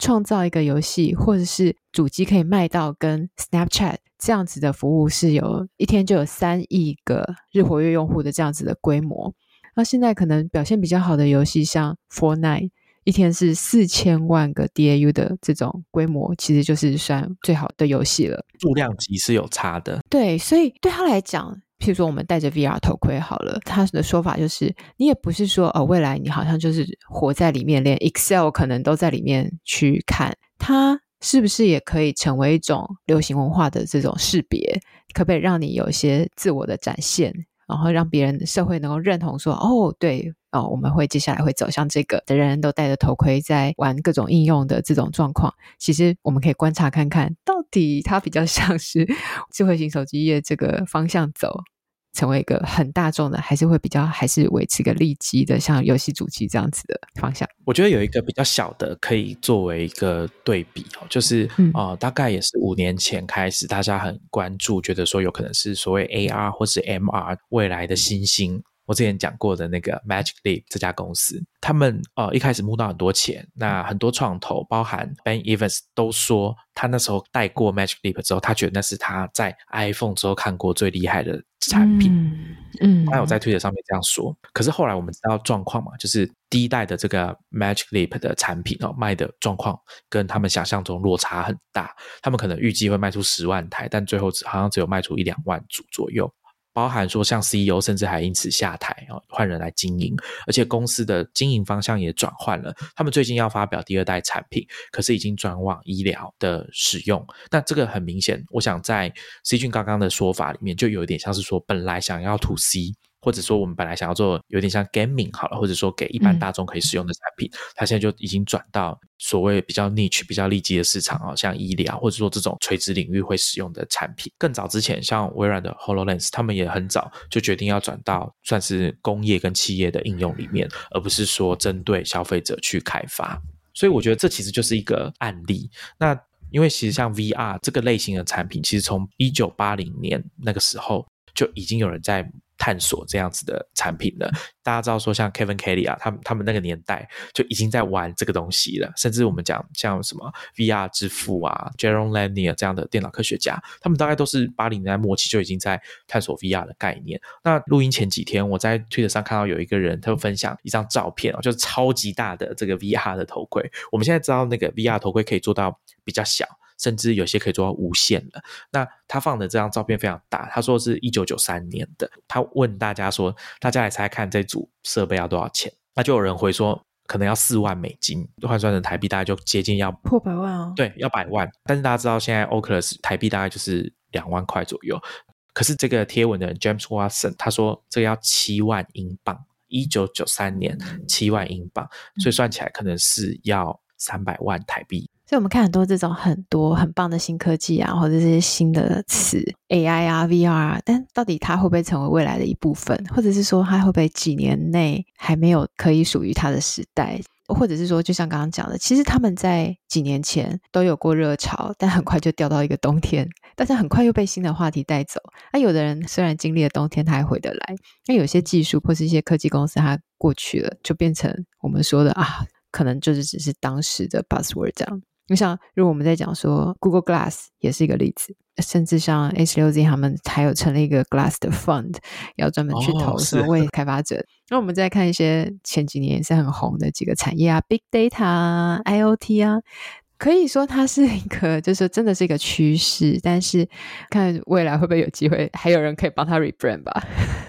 创造一个游戏或者是主机可以卖到跟 Snapchat 这样子的服务是有一天就有三亿个日活跃用户的这样子的规模。那现在可能表现比较好的游戏像 Fortnite一天是四千万个 D A U 的这种规模，其实就是算最好的游戏了， 数量级是有差的。 对，所以对他来讲，譬如说我们戴着 V R 头盔好了，他的说法就是你也不是说哦，未来你好像就是活在里面，连 Excel 可能都在里面去看，它是不是也可以成为一种流行文化的这种识别，可不可以让你有一些自我的展现，然后让别人社会能够认同说哦对哦，我们会接下来会走向这个的人都戴着头盔在玩各种应用的这种状况。其实我们可以观察看看到底它比较像是智慧型手机业这个方向走成为一个很大众的，还是会比较还是维持一个利基的像游戏主机这样子的方向。 我觉得有一个比较小的可以作为一个对比，就是、嗯呃、大概也是五年前开始大家很关注，觉得说有可能是所谓 A R 或是 M R 未来的新兴。我之前讲过的那个 Magic Leap 这家公司，他们呃一开始募到很多钱，那很多创投包含 Ben Evans 都说他那时候带过 Magic Leap 之后，他觉得那是他在 iPhone 之后看过最厉害的产品。嗯嗯，他有在 Twitter 上面这样说。可是后来我们知道状况嘛，就是第一代的这个 Magic Leap 的产品哦，卖的状况跟他们想象中落差很大，他们可能预计会卖出十万台，但最后好像只有卖出一两万组左右。包含说像 C E O 甚至还因此下台，换人来经营，而且公司的经营方向也转换了，他们最近要发表第二代产品，可是已经转往医疗的使用。那这个很明显，我想在 C 君刚刚的说法里面就有点像是说本来想要 to C，或者说我们本来想要做有点像 gaming 好了，或者说给一般大众可以使用的产品，嗯、它现在就已经转到所谓比较 niche 比较利基的市场，像医疗或者说这种垂直领域会使用的产品。更早之前像微软的 HoloLens 他们也很早就决定要转到算是工业跟企业的应用里面，而不是说针对消费者去开发。所以我觉得这其实就是一个案例。那因为其实像 V R 这个类型的产品，其实从一九八零年那个时候就已经有人在探索这样子的产品了。大家知道说像 Kevin Kelly 啊，他们他们那个年代就已经在玩这个东西了，甚至我们讲像什么 V R 之父啊 Jaron Lanier 这样的电脑科学家，他们大概都是八零年代末期就已经在探索 V R 的概念。那录音前几天我在 Twitter 上看到有一个人他分享一张照片、哦、就是超级大的这个 V R 的头盔。我们现在知道那个 V R 头盔可以做到比较小，甚至有些可以做到无线了。那他放的这张照片非常大，他说是一九九三年的。他问大家说，大家来猜看这组设备要多少钱？那就有人回说可能要四万美金，换算成台币大概就接近要破百万哦。 对，要百万。但是大家知道现在 Oculus 台币大概就是两万块左右。可是这个贴文的人 James Watson 他说这个要七万英镑，一九九三年七万英镑，所以算起来可能是要三百万台币。 所以我们看很多这种很多很棒的新科技啊，或者这些新的词 A I 啊 V R 啊，但到底它会不会成为未来的一部分，或者是说它会不会几年内还没有可以属于它的时代，或者是说就像刚刚讲的，其实他们在几年前都有过热潮，但很快就掉到一个冬天，但是很快又被新的话题带走。那、啊、有的人虽然经历了冬天他还回得来，那有些技术或是一些科技公司它过去了，就变成我们说的啊，可能就是只是当时的 buzzword 这样。就像如果我们在讲说 Google Glass 也是一个例子，甚至像 A 十六 Z 他们还有成立一个 Glass 的 fund 要专门去投所谓开发者。那、哦、我们再看一些前几年也是很红的几个产业啊 Big Data 啊 I O T 啊，可以说它是一个就是真的是一个趋势，但是看未来会不会有机会还有人可以帮他 rebrand 吧。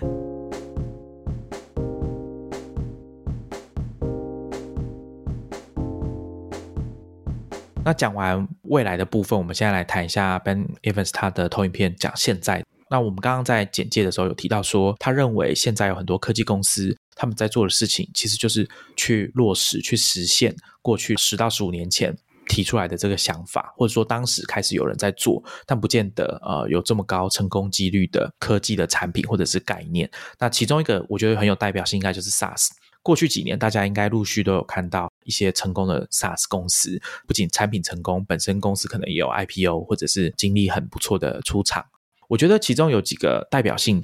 那讲完未来的部分，我们现在来谈一下 Ben Evans 他的投影片讲现在。那我们刚刚在简介的时候有提到说，他认为现在有很多科技公司他们在做的事情其实就是去落实去实现过去十到十五年前提出来的这个想法，或者说当时开始有人在做但不见得呃有这么高成功几率的科技的产品或者是概念。那其中一个我觉得很有代表性应该就是 SaaS。过去几年大家应该陆续都有看到一些成功的 SaaS 公司，不仅产品成功，本身公司可能也有 I P O 或者是经历很不错的出场。我觉得其中有几个代表性的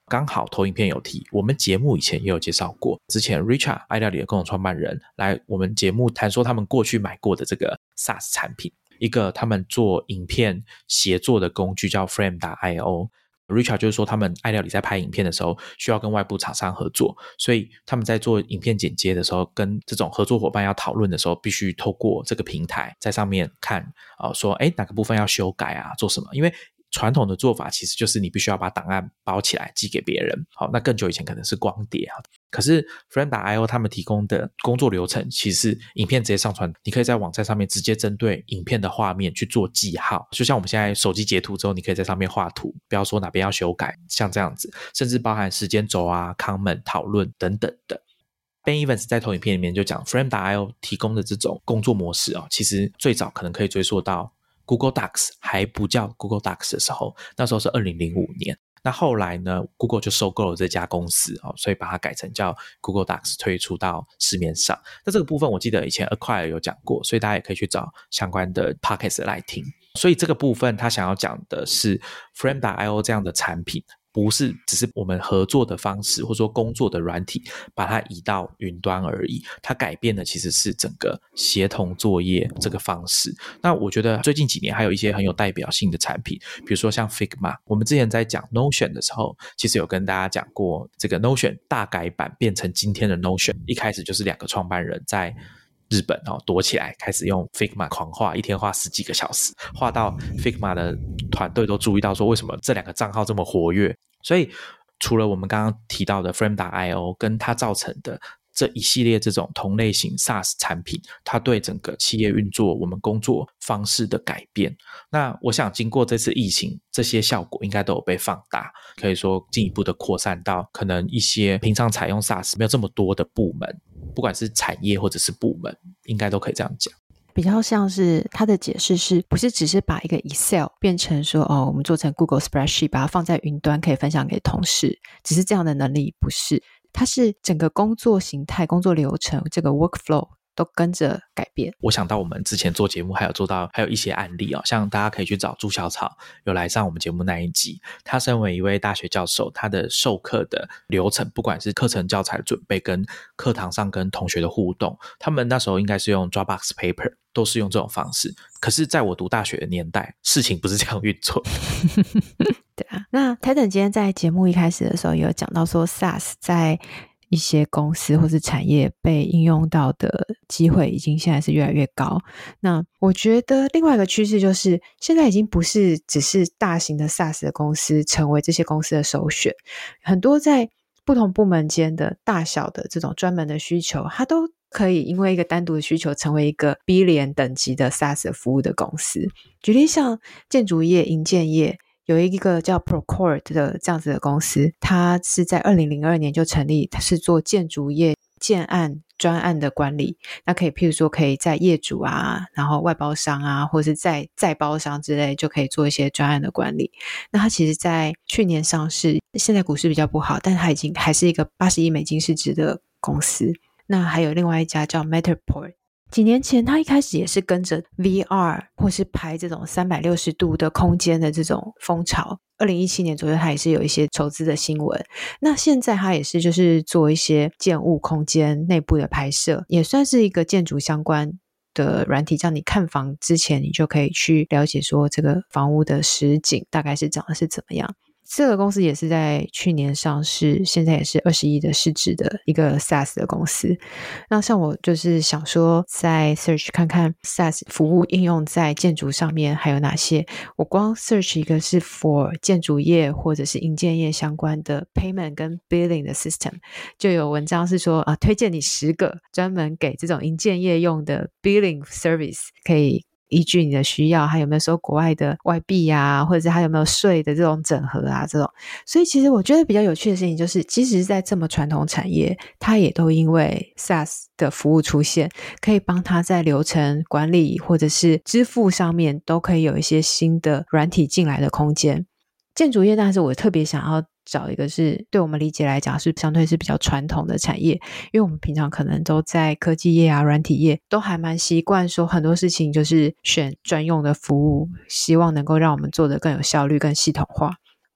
刚好投影片有提，我们节目以前也有介绍过，之前 Richard 爱料理的共同创办人来我们节目谈说他们过去买过的这个 SaaS 产品，一个他们做影片协作的工具叫 Frame 点 I O。Richard 就是说他们爱料理在拍影片的时候需要跟外部厂商合作，所以他们在做影片剪接的时候跟这种合作伙伴要讨论的时候必须透过这个平台在上面看、呃、说诶哪个部分要修改啊，做什么，因为传统的做法其实就是你必须要把档案包起来寄给别人，好，那更久以前可能是光碟，可是 Frame 点 I O 他们提供的工作流程其实是影片直接上传，你可以在网站上面直接针对影片的画面去做记号，就像我们现在手机截图之后你可以在上面画图，不要说哪边要修改，像这样子，甚至包含时间轴啊 comment 讨论等等的。Ben Evans 在投影片里面就讲 Frame 点 I O 提供的这种工作模式、哦、其实最早可能可以追溯到Google Docs 还不叫 Google Docs 的时候，那时候是二零零五年。那后来呢 Google 就收购了这家公司、哦、所以把它改成叫 Google Docs 推出到市面上。那这个部分我记得以前 Acquire 有讲过，所以大家也可以去找相关的 Podcast 来听。所以这个部分他想要讲的是 Frame 点 I O 这样的产品不是只是我们合作的方式或者说工作的软体把它移到云端而已，它改变的其实是整个协同作业这个方式。那我觉得最近几年还有一些很有代表性的产品，比如说像 Figma， 我们之前在讲 Notion 的时候其实有跟大家讲过，这个 Notion 大改版变成今天的 Notion， 一开始就是两个创办人在日本、哦、躲起来开始用 Figma 狂画，一天画十几个小时，画到 Figma 的团队都注意到说为什么这两个账号这么活跃。所以除了我们刚刚提到的 Frame 点 I O 跟它造成的这一系列这种同类型 SaaS 产品，它对整个企业运作我们工作方式的改变，那我想经过这次疫情这些效果应该都有被放大，可以说进一步的扩散到可能一些平常采用 SaaS 没有这么多的部门，不管是产业或者是部门，应该都可以这样讲。 比较像是他的解释是不是只是把一个 Excel 变成说哦，我们做成 Google Spreadsheet 把它放在云端可以分享给同事，只是这样的能力，不是，它是整个工作形态工作流程这个 workflow都跟着改变。 我想到我们之前做节目还有做到还有一些案例哦，像大家可以去找朱小草有来上我们节目那一集，他身为一位大学教授，他的授课的流程不管是课程教材的准备跟课堂上跟同学的互动，他们那时候应该是用 Dropbox Paper， 都是用这种方式，可是在我读大学的年代事情不是这样运作对啊，那 Titan 今天在节目一开始的时候有讲到说 SaaS 在一些公司或是产业被应用到的机会已经现在是越来越高。那我觉得另外一个趋势就是现在已经不是只是大型的 SaaS 的公司成为这些公司的首选，很多在不同部门间的大小的这种专门的需求，它都可以因为一个单独的需求成为一个 billion 等级的 SaaS 的服务的公司。举例像建筑业、营建业有一个叫 Procore 的这样子的公司，它是在二零零二年就成立，它是做建筑业建案专案的管理，那可以譬如说可以在业主啊，然后外包商啊，或者是在再包商之类就可以做一些专案的管理。那它其实在去年上市，现在股市比较不好，但它已经还是一个八十亿美金市值的公司。那还有另外一家叫 Matterport， 几年前它一开始也是跟着 V R 或是拍这种三百六十度的空间的这种风潮，二零一七年左右它也是有一些筹资的新闻。那现在它也是就是做一些建物空间内部的拍摄，也算是一个建筑相关的软体，这样你看房之前你就可以去了解说这个房屋的实景大概是长的是怎么样。这个公司也是在去年上市，现在也是二十亿的市值的一个 SaaS 的公司。那像我就是想说在 search 看看 SaaS 服务应用在建筑上面还有哪些，我光 search 一个是 for 建筑业或者是营建业相关的 payment 跟 billing 的 system， 就有文章是说啊，推荐你十个专门给这种营建业用的 billing service， 可以依据你的需要，还有没有收国外的外币啊，或者是还有没有税的这种整合啊这种。所以其实我觉得比较有趣的事情就是即使是在这么传统产业，它也都因为 SaaS 的服务出现，可以帮它在流程管理或者是支付上面都可以有一些新的软体进来的空间。建筑业当然是我特别想要找一个是对我们理解来讲是相对是比较传统的产业，因为我们平常可能都在科技业啊软体业都还蛮习惯说很多事情就是选专用的服务，希望能够让我们做得更有效率更系统化。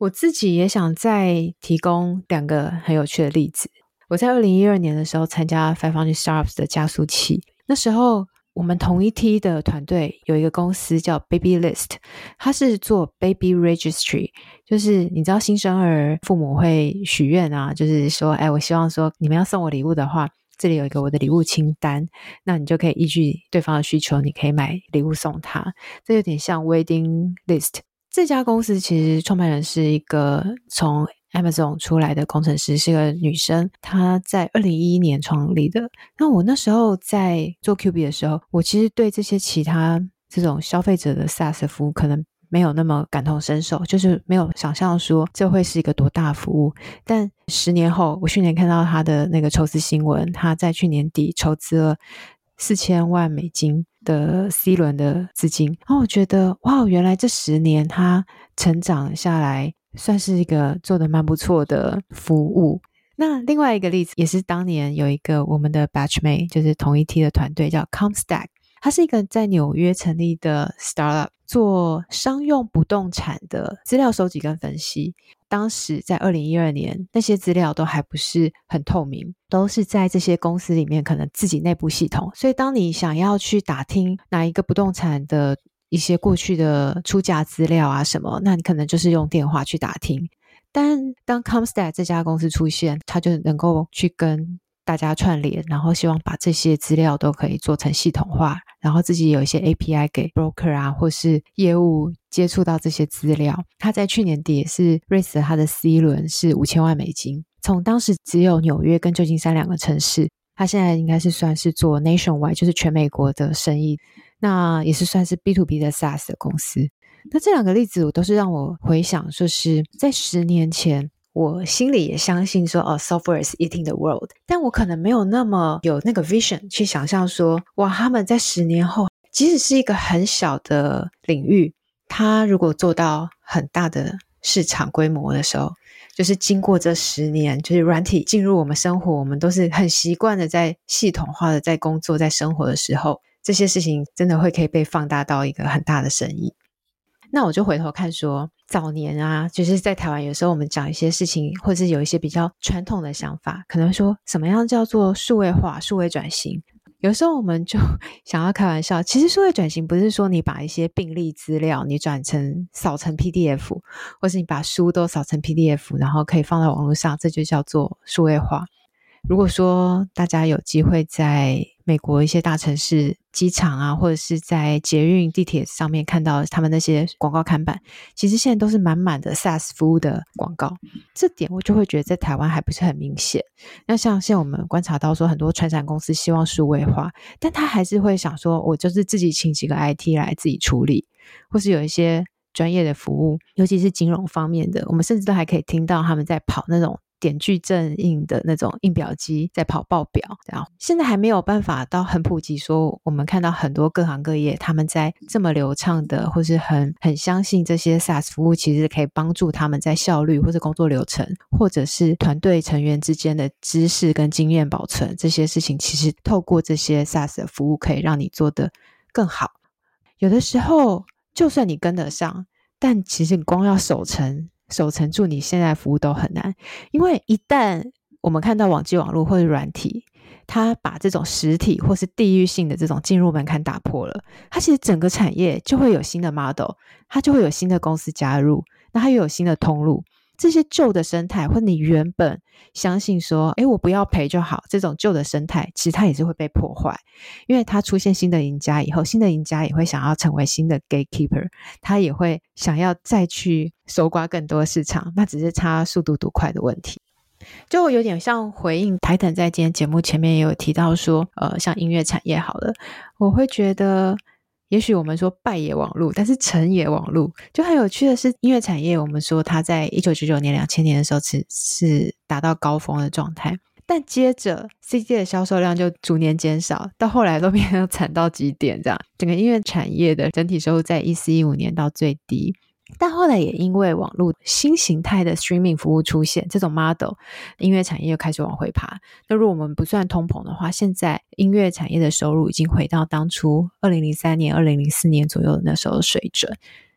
我自己也想再提供两个很有趣的例子。我在二零一二年的时候参加five hundred Startups 的加速器，那时候我们同一梯的团队有一个公司叫 Babylist， 它是做 Baby Registry， 就是你知道新生儿父母会许愿啊，就是说哎，我希望说你们要送我礼物的话，这里有一个我的礼物清单，那你就可以依据对方的需求，你可以买礼物送他，这有点像 Wedding List。这家公司其实创办人是一个从 Amazon 出来的工程师，是个女生，她在二零一一年创立的。那我那时候在做 Q B 的时候，我其实对这些其他这种消费者的 SaaS 服务可能没有那么感同身受，就是没有想象说这会是一个多大服务。但十年后，我去年看到他的那个筹资新闻，他在去年底筹资了四千万美金的 C 轮的资金，然后我觉得哇，原来这十年他成长下来算是一个做得蛮不错的服务。那另外一个例子也是当年有一个我们的 batchmate， 就是同一梯的团队叫 Comstack， 它是一个在纽约成立的 startup， 做商用不动产的资料收集跟分析。当时在二零一二年，那些资料都还不是很透明，都是在这些公司里面可能自己内部系统，所以当你想要去打听哪一个不动产的一些过去的出价资料啊什么，那你可能就是用电话去打听。但当 Comstack 这家公司出现，它就能够去跟大家串联，然后希望把这些资料都可以做成系统化，然后自己有一些 A P I 给 broker 啊或是业务接触到这些资料。他在去年底也是 raise 了他的 C 轮是五千万美金，从当时只有纽约跟旧金山两个城市，他现在应该是算是做 nationwide， 就是全美国的生意，那也是算是 B to B 的 SaaS 的公司。那这两个例子我都是让我回想，说是在十年前我心里也相信说哦 software is eating the world， 但我可能没有那么有那个 vision 去想象说哇，他们在十年后即使是一个很小的领域，它如果做到很大的市场规模的时候，就是经过这十年，就是软体进入我们生活，我们都是很习惯的在系统化的在工作在生活的时候，这些事情真的会可以被放大到一个很大的生意。那我就回头看说早年啊，就是在台湾有时候我们讲一些事情，或是有一些比较传统的想法，可能说什么样叫做数位化数位转型，有时候我们就想要开玩笑，其实数位转型不是说你把一些病历资料你转成扫成 P D F， 或是你把书都扫成 P D F 然后可以放到网络上，这就叫做数位化。如果说大家有机会在美国一些大城市机场啊，或者是在捷运地铁上面看到他们那些广告看板，其实现在都是满满的 SaaS 服务的广告，这点我就会觉得在台湾还不是很明显。那像现在我们观察到说很多传产公司希望数位化，但他还是会想说我就是自己请几个 I T 来自己处理，或是有一些专业的服务，尤其是金融方面的，我们甚至都还可以听到他们在跑那种点具正印的那种印表机在跑报表，然后现在还没有办法到很普及说我们看到很多各行各业他们在这么流畅的或是很很相信这些 SaaS 服务其实可以帮助他们在效率或是工作流程或者是团队成员之间的知识跟经验保存，这些事情其实透过这些 SaaS 的服务可以让你做得更好。有的时候就算你跟得上，但其实你光要守成守成住你现在的服务都很难，因为一旦我们看到网际网络或者软体，它把这种实体或是地域性的这种进入门槛打破了，它其实整个产业就会有新的 model， 它就会有新的公司加入，那它又有新的通路，这些旧的生态或你原本相信说诶我不要赔就好，这种旧的生态其实它也是会被破坏，因为它出现新的赢家以后，新的赢家也会想要成为新的 gatekeeper， 他也会想要再去搜刮更多的市场，那只是差速度多快的问题。就有点像回应台腾在今天节目前面也有提到说呃，像音乐产业好了，我会觉得也许我们说败也网路，但是成也网路。就很有趣的是音乐产业，我们说它在一九九九年两千年的时候是是达到高峰的状态，但接着 C D 的销售量就逐年减少，到后来都变成惨到极点这样，整个音乐产业的整体收入在一四一五年到最低。但后来也因为网络新形态的 streaming 服务出现，这种 model 音乐产业又开始往回爬。那如果我们不算通膨的话，现在音乐产业的收入已经回到当初二零零三年二零零四年左右的那时候的水准。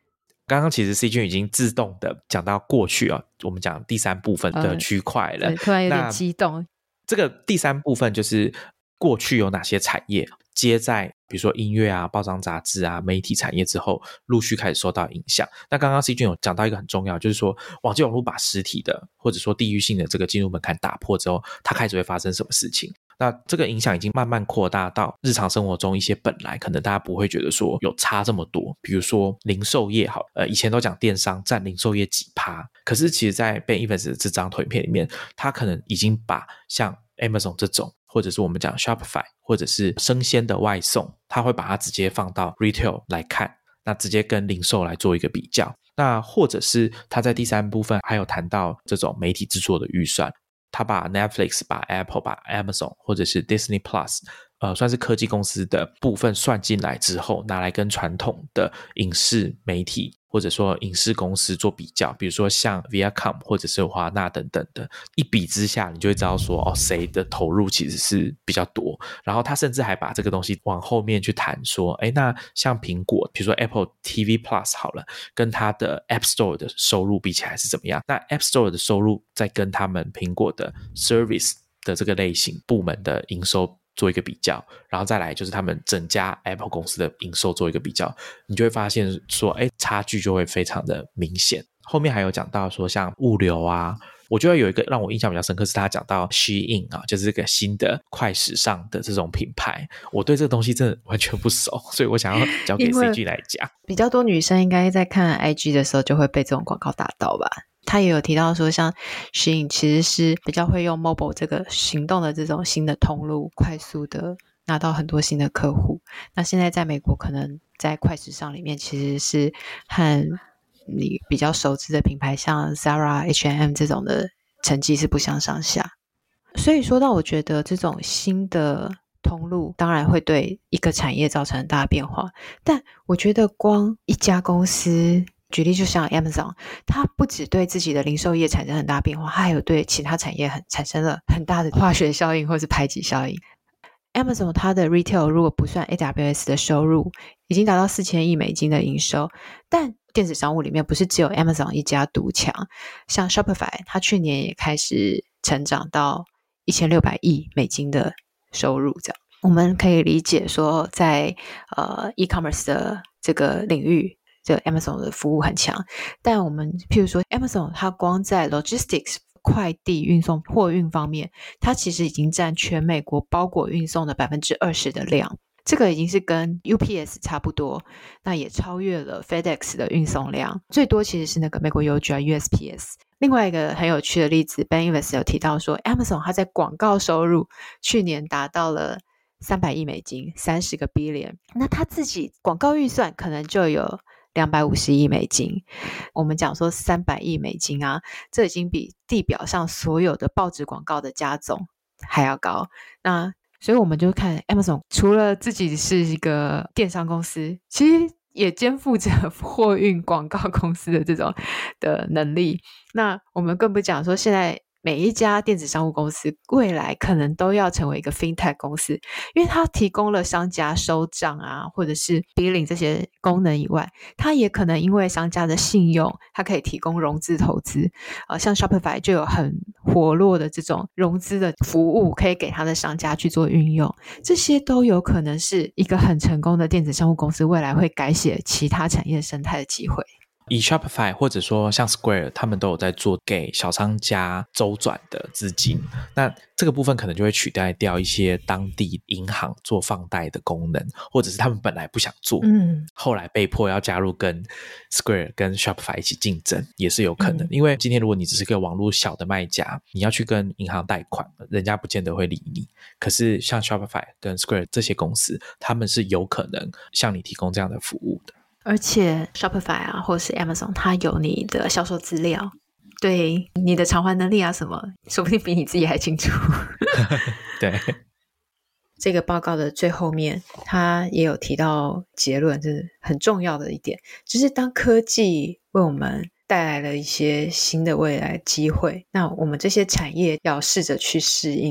刚刚其实 C 君已经自动的讲到过去啊，我们讲第三部分的区块了、 嗯、突然有点激动。 这个第三部分就是过去有哪些产业接在比如说音乐啊、报章杂志啊、媒体产业之后陆续开始受到影响。那刚刚 C 君有讲到一个很重要，就是说网际网络把实体的或者说地域性的这个进入门槛打破之后，它开始会发生什么事情。那这个影响已经慢慢扩大到日常生活中一些本来可能大家不会觉得说有差这么多，比如说零售业好，呃，以前都讲电商占零售业几趴，可是其实在 Ben Evans 的这张投影片里面，他可能已经把像 Amazon 这种或者是我们讲 Shopify 或者是生鲜的外送，他会把它直接放到 Retail 来看，那直接跟零售来做一个比较。那或者是他在第三部分还有谈到这种媒体制作的预算，他把 Netflix 把 Apple 把 Amazon 或者是 Disney Plus 呃，算是科技公司的部分算进来之后，拿来跟传统的影视媒体或者说影视公司做比较，比如说像 Viacom 或者是华纳等等的，一比之下你就会知道说哦，谁的投入其实是比较多。然后他甚至还把这个东西往后面去谈说，诶，那像苹果比如说 Apple T V Plus 好了，跟他的 App Store 的收入比起来是怎么样，那 App Store 的收入再跟他们苹果的 Service 的这个类型部门的营收做一个比较，然后再来就是他们整家 Apple 公司的营收做一个比较，你就会发现说诶，差距就会非常的明显。后面还有讲到说像物流啊，我觉得有一个让我印象比较深刻是他讲到 Shein 啊，就是这个新的快时尚的这种品牌，我对这个东西真的完全不熟，所以我想要交给 C G 来讲。 比较多女生应该在看 I G 的时候就会被这种广告打到吧。他也有提到说像 Shein 其实是比较会用 mobile 这个行动的这种新的通路快速的拿到很多新的客户。那现在在美国可能在快时尚里面其实是和你比较熟知的品牌像 Zara、H and M 这种的成绩是不相上下。所以说到我觉得这种新的通路当然会对一个产业造成很大的变化，但我觉得光一家公司，举例就像 Amazon， 它不只对自己的零售业产生很大变化，它还有对其他产业很产生了很大的化学效应或是排挤效应。Amazon 它的 retail 如果不算 A W S 的收入已经达到四千亿美金的营收，但电子商务里面不是只有 Amazon 一家独强，像 Shopify 它去年也开始成长到一千六百亿美金的收入。这样我们可以理解说在呃 e-commerce 的这个领域，这个 Amazon 的服务很强，但我们譬如说 Amazon 它光在 logistics 快递运送货运方面，它其实已经占全美国包裹运送的 百分之二十 的量，这个已经是跟 U P S 差不多，那也超越了 FedEx 的运送量，最多其实是那个美国邮局 U S P S。 另外一个很有趣的例子 Ben Evans 有提到说 Amazon 它在广告收入去年达到了三百亿美金，三十个 billion， 那它自己广告预算可能就有两百五十亿美金。我们讲说三百亿美金啊，这已经比地表上所有的报纸广告的加总还要高。那所以我们就看 Amazon 除了自己是一个电商公司，其实也肩负着货运广告公司的这种的能力。那我们更不讲说现在每一家电子商务公司未来可能都要成为一个 fintech 公司，因为它提供了商家收账啊或者是 billing 这些功能以外，它也可能因为商家的信用，它可以提供融资投资、呃、像 Shopify 就有很活络的这种融资的服务可以给它的商家去做运用，这些都有可能是一个很成功的电子商务公司未来会改写其他产业生态的机会。 以 Shopify 或者说像 Square 他们都有在做给小商家周转的资金，那这个部分可能就会取代掉一些当地银行做放贷的功能，或者是他们本来不想做、嗯、后来被迫要加入跟 Square 跟 Shopify 一起竞争也是有可能、嗯、因为今天如果你只是个网络小的卖家，你要去跟银行贷款，人家不见得会理你，可是像 Shopify 跟 Square 这些公司，他们是有可能向你提供这样的服务的。 而且 Shopify 啊或是 Amazon 它有你的销售资料，对你的偿还能力啊什么说不定比你自己还清楚对， 这个报告的最后面他也有提到结论，这是很重要的一点，就是当科技为我们带来了一些新的未来机会，那我们这些产业要试着去适应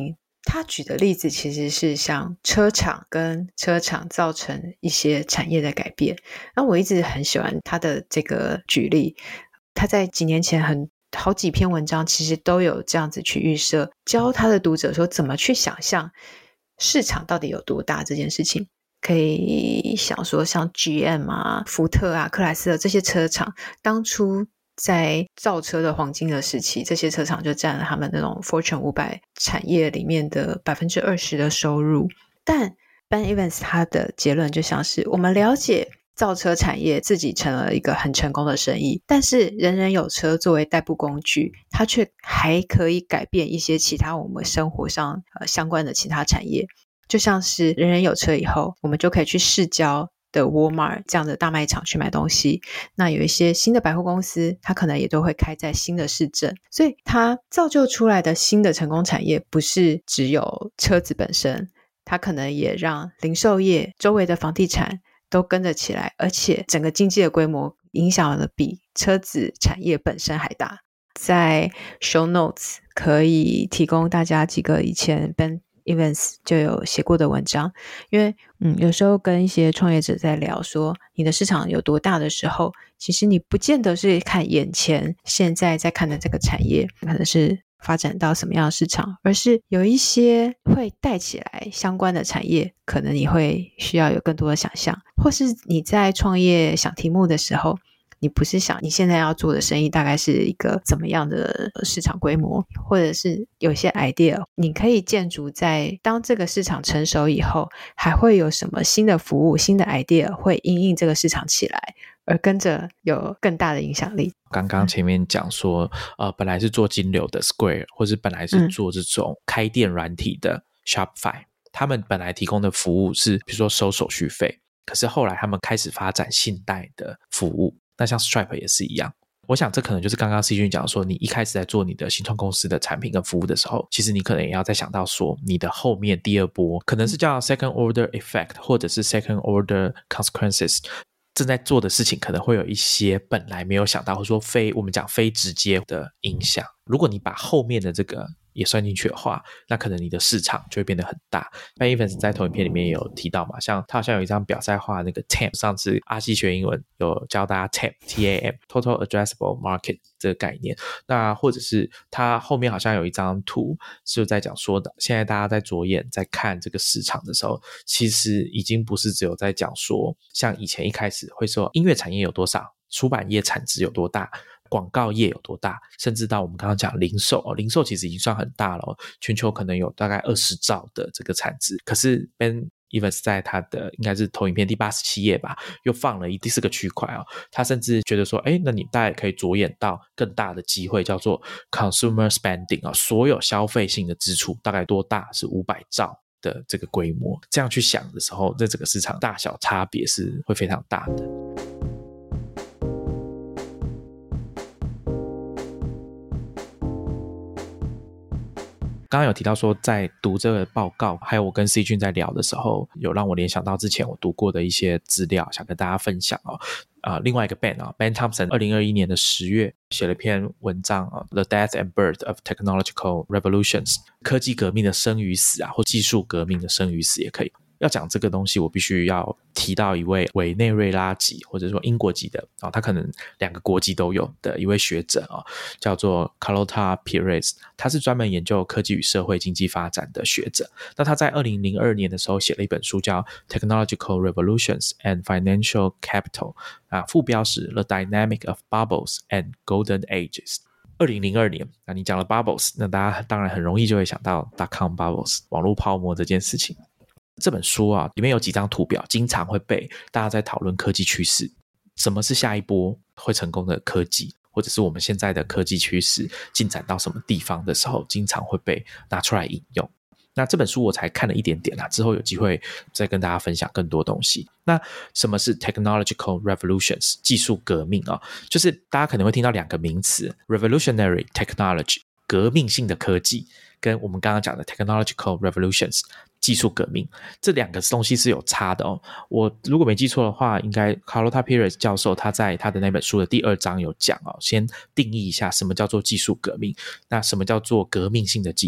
他举的例子其实是像车厂跟车厂造成一些产业的改变。那我一直很喜欢他的这个举例，他在几年前很好几篇文章其实都有这样子去预设，教他的读者说怎么去想象市场到底有多大这件事情。可以想说像 G M 啊、福特啊、克莱斯勒这些车厂，当初在造车的黄金的时期，这些车厂就占了他们那种 Fortune 五百产业里面的 百分之二十 的收入。但 Ben Evans 他的结论就像是，我们了解造车产业自己成了一个很成功的生意，但是人人有车作为代步工具，它却还可以改变一些其他我们生活上、呃、相关的其他产业。就像是人人有车以后，我们就可以去市郊的 Walmart 这样的大卖场去买东西，那有一些新的百货公司，它可能也都会开在新的市镇，所以它造就出来的新的成功产业不是只有车子本身，它可能也让零售业周围的房地产都跟着起来，而且整个经济的规模影响了比车子产业本身还大。在 show notes 可以提供大家几个以前 Ben Evans 就有写过的文章，因为嗯，有时候跟一些创业者在聊说你的市场有多大的时候，其实你不见得是看眼前现在在看的这个产业可能是发展到什么样的市场，而是有一些会带起来相关的产业，可能你会需要有更多的想象，或是你在创业想题目的时候，你不是想你现在要做的生意大概是一个怎么样的市场规模，或者是有些 idea 你可以建筑在当这个市场成熟以后，还会有什么新的服务、新的 idea 会因应这个市场起来，而跟着有更大的影响力。 刚刚前面讲说呃，本来是做金流的 Square， 或是本来是做这种开店软体的 Shopify， 他们本来提供的服务是比如说收手续费，可是后来他们开始发展信贷的服务，那像 Stripe 也是一样。我想这可能就是刚刚 C 君讲说，你一开始在做你的新创公司的产品跟服务的时候，其实你可能也要再想到说你的后面第二波可能是叫 second order effect 或者是 second order consequences， 正在做的事情可能会有一些本来没有想到，或者说非我们讲非直接的影响。如果你把后面的这个也算进去的话，那可能你的市场就会变得很大。Ben Evans 在投影片里面也有提到嘛，像他好像有一张表在画那个 T A M， 上次阿西学英文有教大家 T A M T A M Total Addressable Market 这个概念。那或者是他后面好像有一张图是在讲说的，现在大家在着眼在看这个市场的时候，其实已经不是只有在讲说像以前一开始会说音乐产业有多少，出版业产值有多大，广告业有多大，甚至到我们刚刚讲零售、哦、零售其实已经算很大了、哦、全球可能有大概二十兆的这个产值。可是 Ben Evans 在他的应该是投影片第八十七页吧，又放了一第四个区块哦，他甚至觉得说，诶，那你大概可以着眼到更大的机会，叫做 consumer spending、哦、所有消费性的支出大概多大，是五百兆的这个规模。这样去想的时候，这整个市场大小差别是会非常大的。刚刚有提到说在读这个报告，还有我跟 C 君在聊的时候，有让我联想到之前我读过的一些资料，想跟大家分享哦。呃，另外一个 Ben 啊 Ben Thompson 二零二一年的十月写了一篇文章啊 The Death and Birth of Technological Revolutions， 科技革命的生与死啊，或技术革命的生与死也可以。要讲这个东西，我必须要提到一位委内瑞拉籍或者说英国籍的、哦、他可能两个国籍都有的一位学者、哦、叫做 Carlota Perez， 他是专门研究科技与社会经济发展的学者。那他在二零零二年的时候写了一本书叫 Technological Revolutions and Financial Capital， 啊，副标是 The Dynamic of Bubbles and Golden Ages。二零零二年，那你讲了 Bubbles， 那大家当然很容易就会想到 Dot-com Bubbles 网络泡沫这件事情。这本书啊，里面有几张图表经常会被大家在讨论科技趋势，什么是下一波会成功的科技，或者是我们现在的科技趋势进展到什么地方的时候，经常会被拿出来引用。那这本书我才看了一点点啦，之后有机会再跟大家分享更多东西。那什么是 technological revolutions 技术革命啊？就是大家可能会听到两个名词 revolutionary technology 革命性的科技，跟我们刚刚讲的 technological revolutions 技术革命，这两个东西是有差的哦。我如果没记错的话，应该 Carlota Perez 教授他在他的那本书的第二章有讲哦，先定义一下什么叫做技术革命，那什么叫做革命性的技术。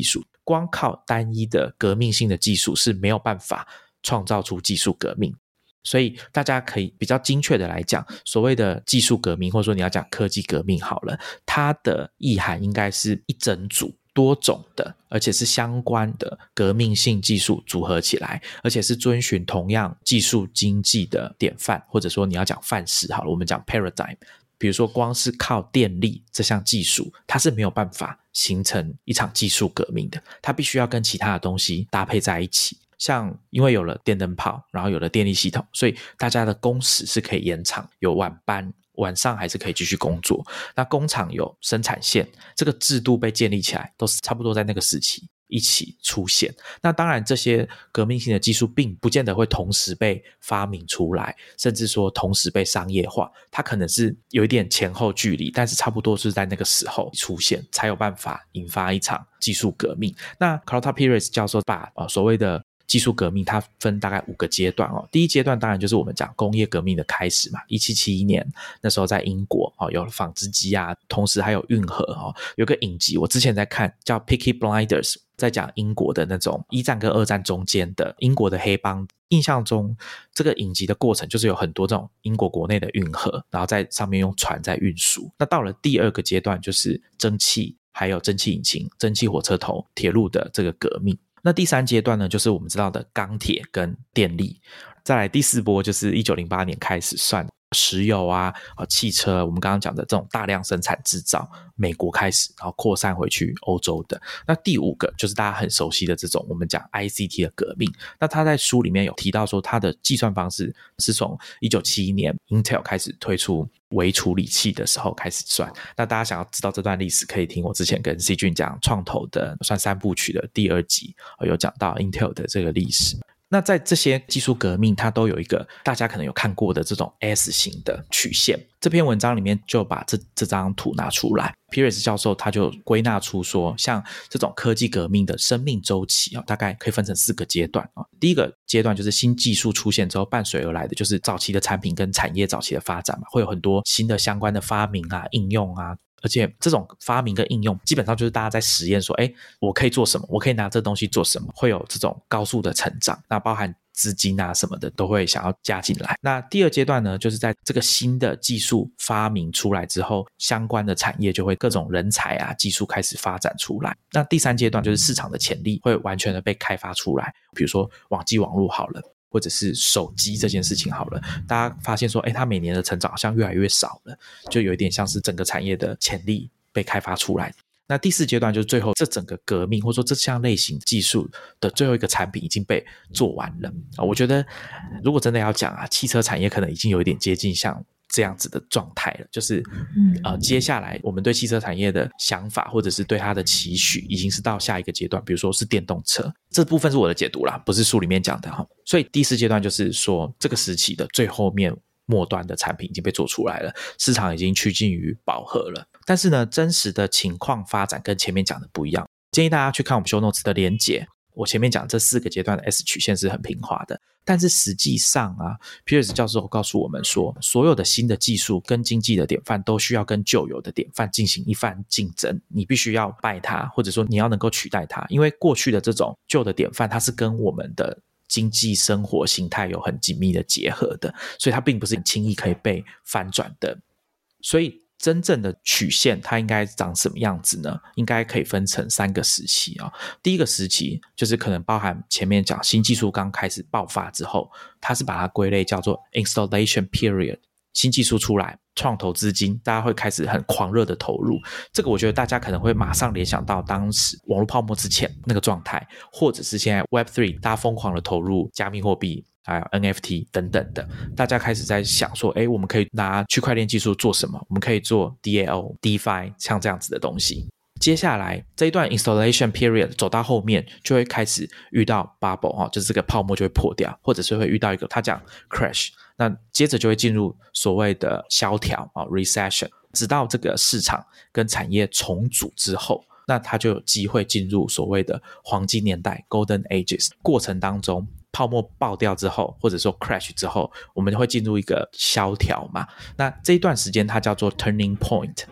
光靠单一的革命性的技术是没有办法创造出技术革命。所以大家可以比较精确的来讲，所谓的技术革命或者说你要讲科技革命好了，它的意涵应该是一整组多种的而且是相关的革命性技术组合起来，而且是遵循同样技术经济的典范，或者说你要讲范式好了，我们讲 paradigm。 比如说光是靠电力这项技术，它是没有办法形成一场技术革命的，它必须要跟其他的东西搭配在一起。像因为有了电灯泡，然后有了电力系统，所以大家的工时是可以延长，有晚班，晚上还是可以继续工作。那工厂有生产线，这个制度被建立起来，都是差不多在那个时期一起出现。那当然这些革命性的技术并不见得会同时被发明出来，甚至说同时被商业化，它可能是有一点前后距离，但是差不多是在那个时候出现，才有办法引发一场技术革命。那 Carlota Pires 教授把、呃、所谓的技术革命它分大概五个阶段哦。第一阶段当然就是我们讲工业革命的开始嘛，一七七一年那时候在英国、哦、有了纺织机啊，同时还有运河、哦、有个影集我之前在看叫 Peaky Blinders， 在讲英国的那种一战跟二战中间的英国的黑帮。印象中这个影集的过程就是有很多这种英国国内的运河，然后在上面用船在运输。那到了第二个阶段就是蒸汽还有蒸汽引擎、蒸汽火车头、铁路的这个革命。那第三阶段呢，就是我们知道的钢铁跟电力。再来第四波就是一九零八年开始算石油啊、汽车，我们刚刚讲的这种大量生产制造，美国开始，然后扩散回去欧洲的。那第五个就是大家很熟悉的这种我们讲 I C T 的革命。那他在书里面有提到说，他的计算方式是从一九七一年 Intel 开始推出微处理器的时候开始算。那大家想要知道这段历史，可以听我之前跟 C 君讲创投的算三部曲的第二集，有讲到 Intel 的这个历史。那在这些技术革命它都有一个大家可能有看过的这种 S 型的曲线，这篇文章里面就把这这张图拿出来。 Pires 教授他就归纳出说，像这种科技革命的生命周期、哦、大概可以分成四个阶段、哦、第一个阶段就是新技术出现之后伴随而来的就是早期的产品跟产业早期的发展嘛，会有很多新的相关的发明啊、应用啊，而且这种发明跟应用基本上就是大家在实验说，诶，我可以做什么，我可以拿这东西做什么，会有这种高速的成长，那包含资金啊什么的都会想要加进来。那第二阶段呢，就是在这个新的技术发明出来之后，相关的产业就会各种人才啊技术开始发展出来。那第三阶段就是市场的潜力会完全的被开发出来，比如说网际网络好了，或者是手机这件事情好了，大家发现说，诶，它每年的成长好像越来越少了，就有一点像是整个产业的潜力被开发出来。那第四阶段就是最后这整个革命或者说这项类型技术的最后一个产品已经被做完了、啊、我觉得如果真的要讲啊，汽车产业可能已经有一点接近像这样子的状态了，就是呃，接下来我们对汽车产业的想法或者是对它的期许已经是到下一个阶段，比如说是电动车，这部分是我的解读啦，不是书里面讲的哈。所以第四阶段就是说这个时期的最后面末端的产品已经被做出来了，市场已经趋近于饱和了。但是呢，真实的情况发展跟前面讲的不一样，建议大家去看我们 show notes 的连结。我前面讲这四个阶段的 S 曲线是很平滑的，但是实际上啊 Pires 教授告诉我们说，所有的新的技术跟经济的典范都需要跟旧有的典范进行一番竞争，你必须要拜它，或者说你要能够取代它，因为过去的这种旧的典范它是跟我们的经济生活形态有很紧密的结合的，所以它并不是轻易可以被翻转的。所以真正的曲线它应该长什么样子呢？应该可以分成三个时期、哦、第一个时期就是可能包含前面讲新技术刚开始爆发之后，它是把它归类叫做 installation period， 新技术出来，创投资金大家会开始很狂热的投入，这个我觉得大家可能会马上联想到当时网络泡沫之前那个状态，或者是现在 Web 三 大家疯狂的投入加密货币还有 N F T 等等的，大家开始在想说，诶，我们可以拿区块链技术做什么？我们可以做 D A O、DeFi 像这样子的东西。接下来这一段 installation period 走到后面就会开始遇到 bubble、哦、就是这个泡沫就会破掉，或者是会遇到一个他讲 crash， 那接着就会进入所谓的萧条、哦、recession， 直到这个市场跟产业重组之后，那它就有机会进入所谓的黄金年代 Golden Ages。 过程当中泡沫爆掉之后，或者说 crash 之后，我们会进入一个萧条嘛，那这一段时间它叫做 turning point。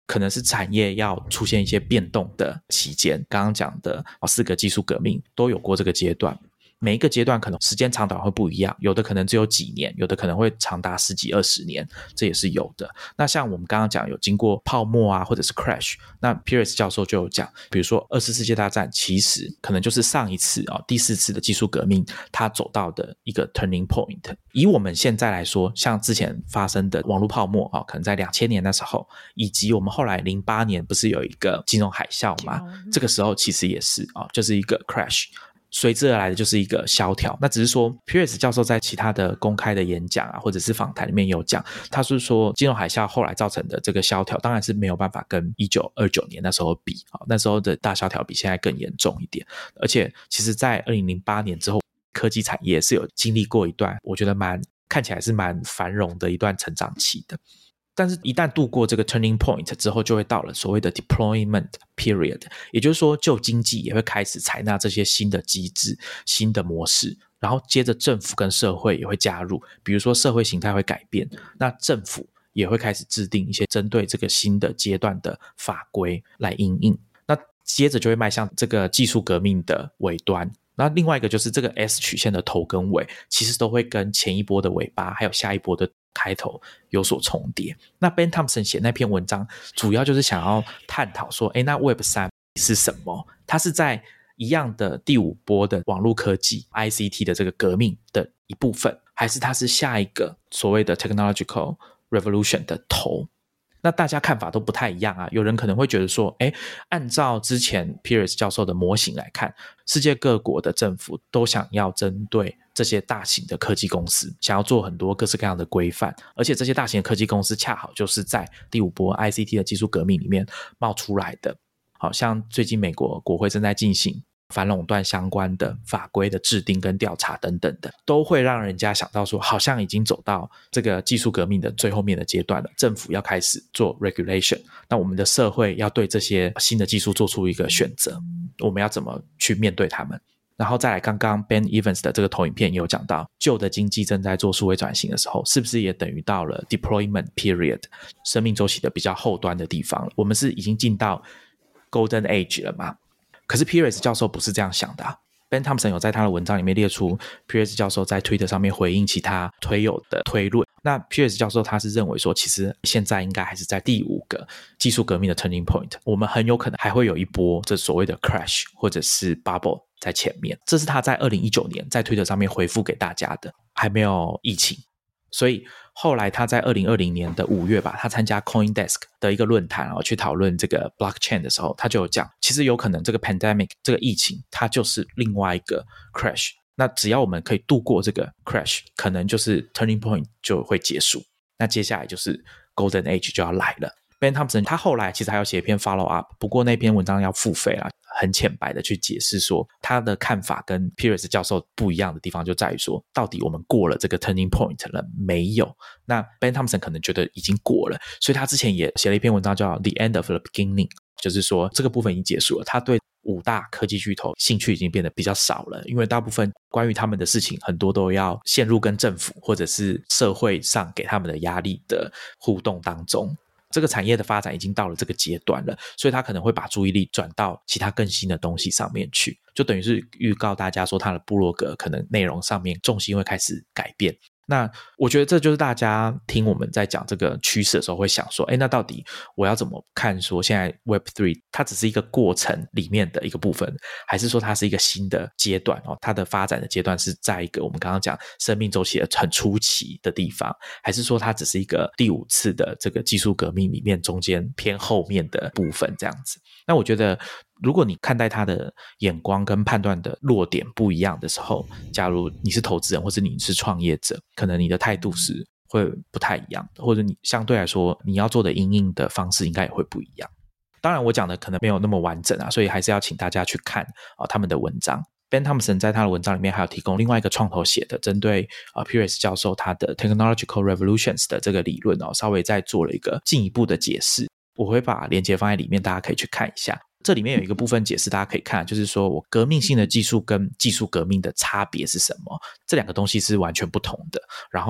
可能是产业要出现一些变动的期间，刚刚讲的四个技术革命都有过这个阶段，每一个阶段可能时间长短会不一样，有的可能只有几年，有的可能会长达十几二十年，这也是有的。那像我们刚刚讲有经过泡沫啊或者是 crash， 那 Pierce 教授就有讲，比如说二次世界大战其实可能就是上一次、哦、第四次的技术革命它走到的一个 turning point。 以我们现在来说，像之前发生的网络泡沫、哦、可能在两千年的时候，以及我们后来零八年不是有一个金融海啸嘛，这个时候其实也是、哦、就是一个 crash，随之而来的就是一个萧条。那只是说 Pierce 教授在其他的公开的演讲啊或者是访谈里面有讲，他是说金融海啸后来造成的这个萧条当然是没有办法跟一九二九年那时候比，那时候的大萧条比现在更严重一点。而且其实在二零零八年之后，科技产业是有经历过一段我觉得蛮看起来是蛮繁荣的一段成长期的。但是一旦度过这个 turning point 之后，就会到了所谓的 deployment period， 也就是说旧经济也会开始采纳这些新的机制新的模式，然后接着政府跟社会也会加入，比如说社会形态会改变，那政府也会开始制定一些针对这个新的阶段的法规来因应，那接着就会迈向这个技术革命的尾端。那另外一个就是这个 S 曲线的头跟尾其实都会跟前一波的尾巴还有下一波的开头有所重叠。那 Ben Thompson 写那篇文章主要就是想要探讨说，诶，那 Web 三 是什么？它是在一样的第五波的网络科技 I C T 的这个革命的一部分，还是它是下一个所谓的 technological revolution 的头？那大家看法都不太一样啊，有人可能会觉得说，诶，按照之前 Pierce 教授的模型来看，世界各国的政府都想要针对这些大型的科技公司想要做很多各式各样的规范，而且这些大型的科技公司恰好就是在第五波 I C T 的技术革命里面冒出来的。好像最近美国国会正在进行反垄断相关的法规的制定跟调查等等的，都会让人家想到说好像已经走到这个技术革命的最后面的阶段了，政府要开始做 regulation， 那我们的社会要对这些新的技术做出一个选择，我们要怎么去面对他们。然后再来刚刚 Ben Evans 的这个投影片也有讲到，旧的经济正在做数位转型的时候，是不是也等于到了 deployment period 生命周期的比较后端的地方了，我们是已经进到 Golden Age 了吗？可是 Pierce 教授不是这样想的、啊、Ben Thompson 有在他的文章里面列出 Pierce 教授在 Twitter 上面回应其他推友的推论。那 Pierce 教授他是认为说，其实现在应该还是在第五个技术革命的 turning point， 我们很有可能还会有一波这所谓的 crash 或者是 bubble 在前面。这是他在二零一九年在 Twitter 上面回复给大家的，还没有疫情。所以后来他在二零二零年的五月吧，他参加 CoinDesk 的一个论坛、哦、去讨论这个 blockchain 的时候，他就有讲，其实有可能这个 pandemic 这个疫情它就是另外一个 crash， 那只要我们可以度过这个 crash， 可能就是 turning point 就会结束，那接下来就是 Golden Age 就要来了。Ben Thompson 他后来其实还有写一篇 follow up， 不过那篇文章要付费啦，很浅白的去解释说他的看法跟 Pierce 教授不一样的地方就在于说，到底我们过了这个 turning point 了没有？那 Ben Thompson 可能觉得已经过了，所以他之前也写了一篇文章叫 The End of the Beginning， 就是说这个部分已经结束了，他对五大科技巨头兴趣已经变得比较少了，因为大部分关于他们的事情很多都要陷入跟政府或者是社会上给他们的压力的互动当中，这个产业的发展已经到了这个阶段了，所以他可能会把注意力转到其他更新的东西上面去，就等于是预告大家说他的部落格可能内容上面重心会开始改变。那我觉得这就是大家听我们在讲这个趋势的时候会想说，诶，那到底我要怎么看说现在 Web 三 它只是一个过程里面的一个部分，还是说它是一个新的阶段、哦、它的发展的阶段是在一个我们刚刚讲生命周期的很初期的地方，还是说它只是一个第五次的这个技术革命里面中间偏后面的部分这样子。那我觉得如果你看待他的眼光跟判断的落点不一样的时候，假如你是投资人或者你是创业者，可能你的态度是会不太一样的，或者你相对来说你要做的因应的方式应该也会不一样。当然我讲的可能没有那么完整啊，所以还是要请大家去看、哦、他们的文章。Ben Thompson 在他的文章里面还有提供另外一个创投写的针对、呃、Pierce 教授他的 Technological Revolutions 的这个理论、哦、稍微再做了一个进一步的解释，我会把连结放在里面，大家可以去看一下。这里面有一个部分解释大家可以看，就是说我革命性的技术跟技术革命的差别是什么，这两个东西是完全不同的，然后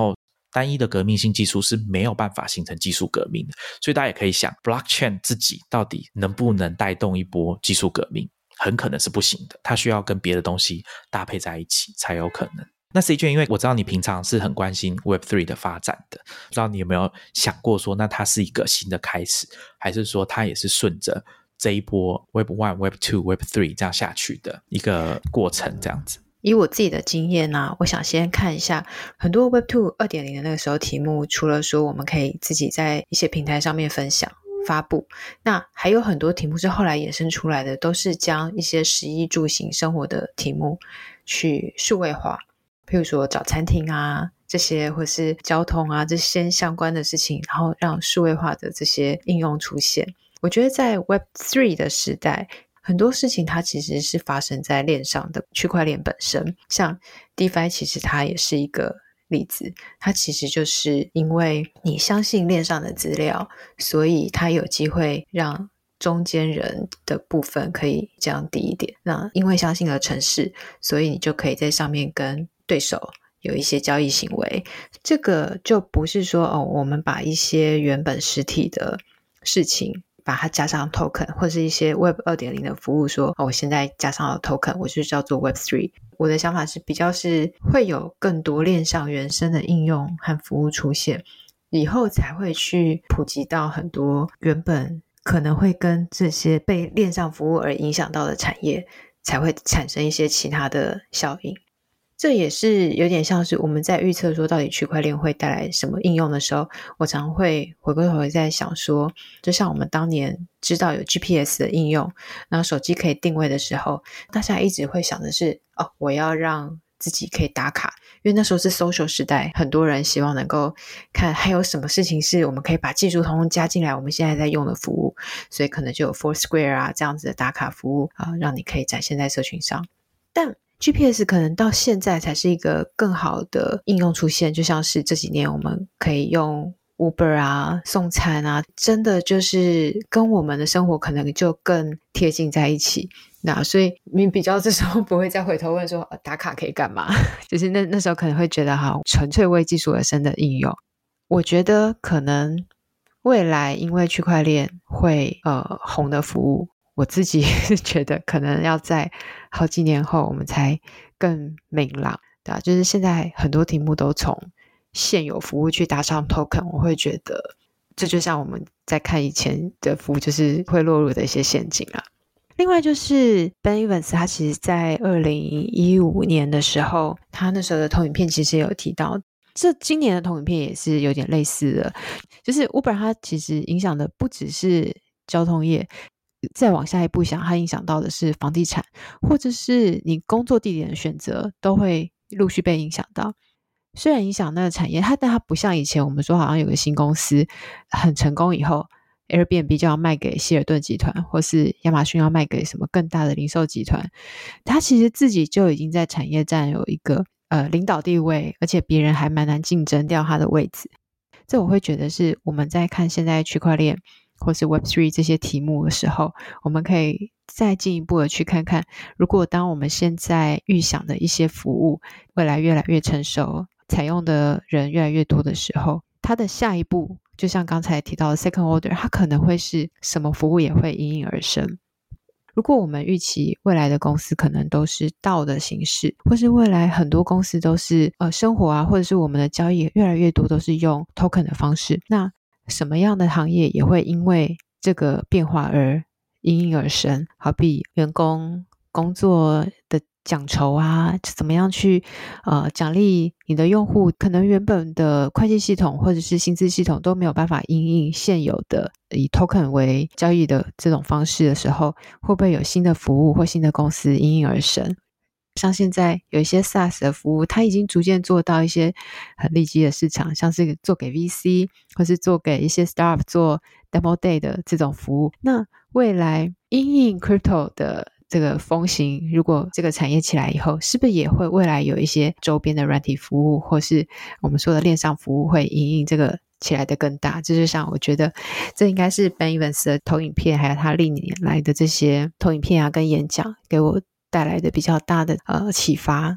单一的革命性技术是没有办法形成技术革命的。所以大家也可以想 blockchain 自己到底能不能带动一波技术革命，很可能是不行的，它需要跟别的东西搭配在一起才有可能。那 C 卷，因为我知道你平常是很关心 Web 三 的发展的，不知道你有没有想过说，那它是一个新的开始，还是说它也是顺着这一波 Web 一 Web 二 Web 三 这样下去的一个过程这样子？ 以我自己的经验啊，我想先看一下很多 Web 二 二点零 的那个时候题目，除了说我们可以自己在一些平台上面分享发布，那还有很多题目是后来衍生出来的，都是将一些食衣住行生活的题目去数位化，譬如说找餐厅啊这些，或是交通啊这些相关的事情，然后让数位化的这些应用出现。我觉得在 Web 三 的时代，很多事情它其实是发生在链上的区块链本身，像 DeFi 其实它也是一个例子，它其实就是因为你相信链上的资料，所以它有机会让中间人的部分可以降低一点，那因为相信了程式，所以你就可以在上面跟对手有一些交易行为。这个就不是说哦，我们把一些原本实体的事情把它加上 token， 或是一些 Web 二点零 的服务说哦，我现在加上了 token， 我就叫做 Web 三。 我的想法是比较是会有更多链上原生的应用和服务出现，以后才会去普及到很多原本可能会跟这些被链上服务而影响到的产业，才会产生一些其他的效应。这也是有点像是我们在预测说到底区块链会带来什么应用的时候，我常会回过头在想说，就像我们当年知道有 G P S 的应用，然后手机可以定位的时候，大家一直会想的是哦，我要让自己可以打卡，因为那时候是 social 时代，很多人希望能够看还有什么事情是我们可以把技术通通加进来我们现在在用的服务，所以可能就有 Foursquare 啊这样子的打卡服务啊，让你可以展现在社群上。但G P S 可能到现在才是一个更好的应用出现，就像是这几年我们可以用 Uber 啊送餐啊，真的就是跟我们的生活可能就更贴近在一起。那所以你比较这时候不会再回头问说、啊、打卡可以干嘛就是那那时候可能会觉得好纯粹为技术而生的应用。我觉得可能未来因为区块链会呃红的服务，我自己是觉得可能要在好几年后我们才更明朗，对吧？就是现在很多题目都从现有服务去搭上 token， 我会觉得这就像我们在看以前的服务就是会落入的一些陷阱啊。另外就是 Ben Evans 他其实在二零一五年的时候，他那时候的投影片其实有提到，这今年的投影片也是有点类似的，就是 Uber 它其实影响的不只是交通业，再往下一步想，它影响到的是房地产，或者是你工作地点的选择都会陆续被影响到。虽然影响那个产业，它但它不像以前我们说好像有个新公司很成功以后 Airbnb 就要卖给希尔顿集团，或是亚马逊要卖给什么更大的零售集团，它其实自己就已经在产业占有一个呃领导地位，而且别人还蛮难竞争掉它的位置。这我会觉得是我们在看现在区块链或是 Web 三 这些题目的时候，我们可以再进一步的去看看，如果当我们现在预想的一些服务未来越来越成熟，采用的人越来越多的时候，它的下一步就像刚才提到的 second order， 它可能会是什么服务也会因应而生。如果我们预期未来的公司可能都是道的形式，或是未来很多公司都是呃生活啊，或者是我们的交易越来越多都是用 token 的方式，那什么样的行业也会因为这个变化而因应而生。好比员工工作的奖酬啊，怎么样去呃奖励你的用户，可能原本的会计系统或者是薪资系统都没有办法因应现有的以 token 为交易的这种方式的时候，会不会有新的服务或新的公司因应而生。像现在有一些 SaaS 的服务，它已经逐渐做到一些很利基的市场，像是做给 V C 或是做给一些 startup 做 demo day 的这种服务。那未来因应 crypto 的这个风行，如果这个产业起来以后，是不是也会未来有一些周边的软体服务，或是我们说的链上服务会因应这个起来的更大。这就像我觉得这应该是 Ben Evans 的投影片，还有他历年来的这些投影片啊跟演讲给我带来的比较大的呃启发。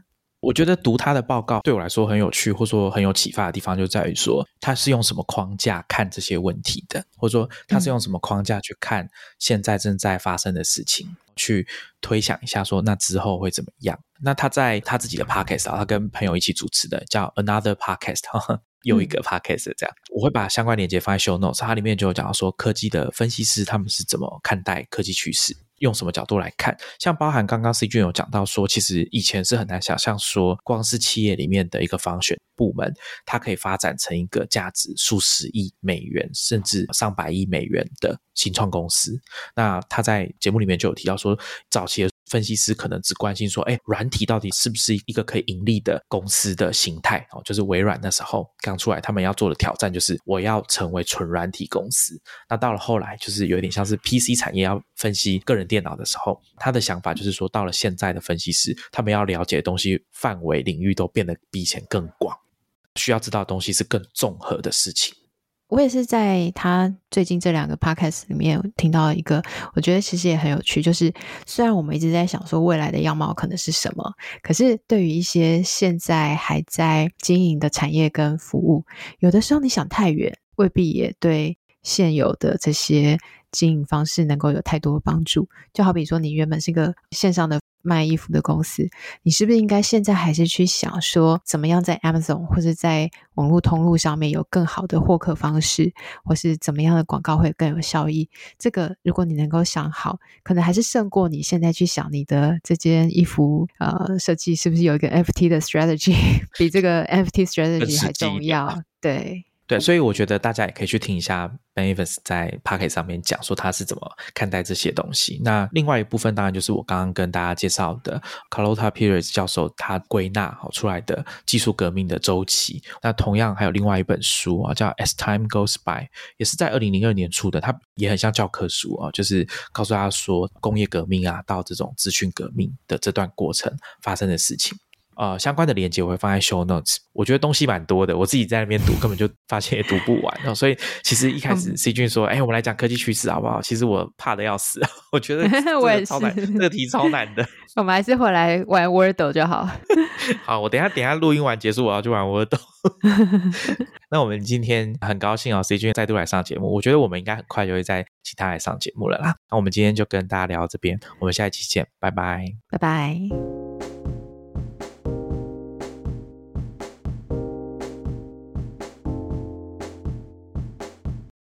我觉得读他的报告对我来说很有趣，或者说很有启发的地方就在于说他是用什么框架看这些问题的，或者说他是用什么框架去看现在正在发生的事情、嗯、去推想一下说那之后会怎么样。那他在他自己的 podcast、啊、他跟朋友一起主持的叫 Another Podcast 呵呵又一个 podcast 这样、嗯、我会把相关链接放在 show notes， 它里面就有讲到说科技的分析师他们是怎么看待科技趋势，用什么角度来看，像包含刚刚 C 君有讲到说其实以前是很难想象说光是企业里面的一个function部门它可以发展成一个价值数十亿美元甚至上百亿美元的新创公司。那他在节目里面就有提到说早期的分析师可能只关心说诶软体到底是不是一个可以盈利的公司的形态、哦、就是微软那时候刚出来他们要做的挑战就是我要成为纯软体公司。那到了后来就是有点像是 P C 产业要分析个人电脑的时候，他的想法就是说到了现在的分析师他们要了解的东西范围领域都变得比以前更广，需要知道的东西是更综合的事情。 我也是在他最近这两个 podcast 里面听到一个我觉得其实也很有趣，就是虽然我们一直在想说未来的样貌可能是什么，可是对于一些现在还在经营的产业跟服务，有的时候你想太远未必也对现有的这些经营方式能够有太多的帮助。就好比说你原本是一个线上的卖衣服的公司，你是不是应该现在还是去想说怎么样在 Amazon 或是在网络通路上面有更好的获客方式，或是怎么样的广告会更有效益。这个如果你能够想好，可能还是胜过你现在去想你的这件衣服呃设计是不是有一个 N F T 的 strategy 比这个 N F T strategy 还重要。对对，所以我觉得大家也可以去听一下 Ben Evans 在 Podcast 上面讲说他是怎么看待这些东西。那另外一部分当然就是我刚刚跟大家介绍的 Carlota Perez 教授他归纳出来的技术革命的周期。那同样还有另外一本书啊，叫 As Time Goes By， 也是在二零零二年出的，它也很像教科书啊，就是告诉大家说工业革命啊到这种资讯革命的这段过程发生的事情。呃，相关的连结我会放在 show notes。 我觉得东西蛮多的，我自己在那边读根本就发现也读不完、哦、所以其实一开始 C 君说哎、欸，我们来讲科技趋势好不好，其实我怕的要死我觉得这个超难这个题超难的我们还是回来玩 Wordle 就好好，我等一下等一下录音完结束我要去玩 Wordle 那我们今天很高兴哦 C 君再度来上节目，我觉得我们应该很快就会再请他来上节目了啦。那我们今天就跟大家聊到这边，我们下一期见，拜拜拜拜。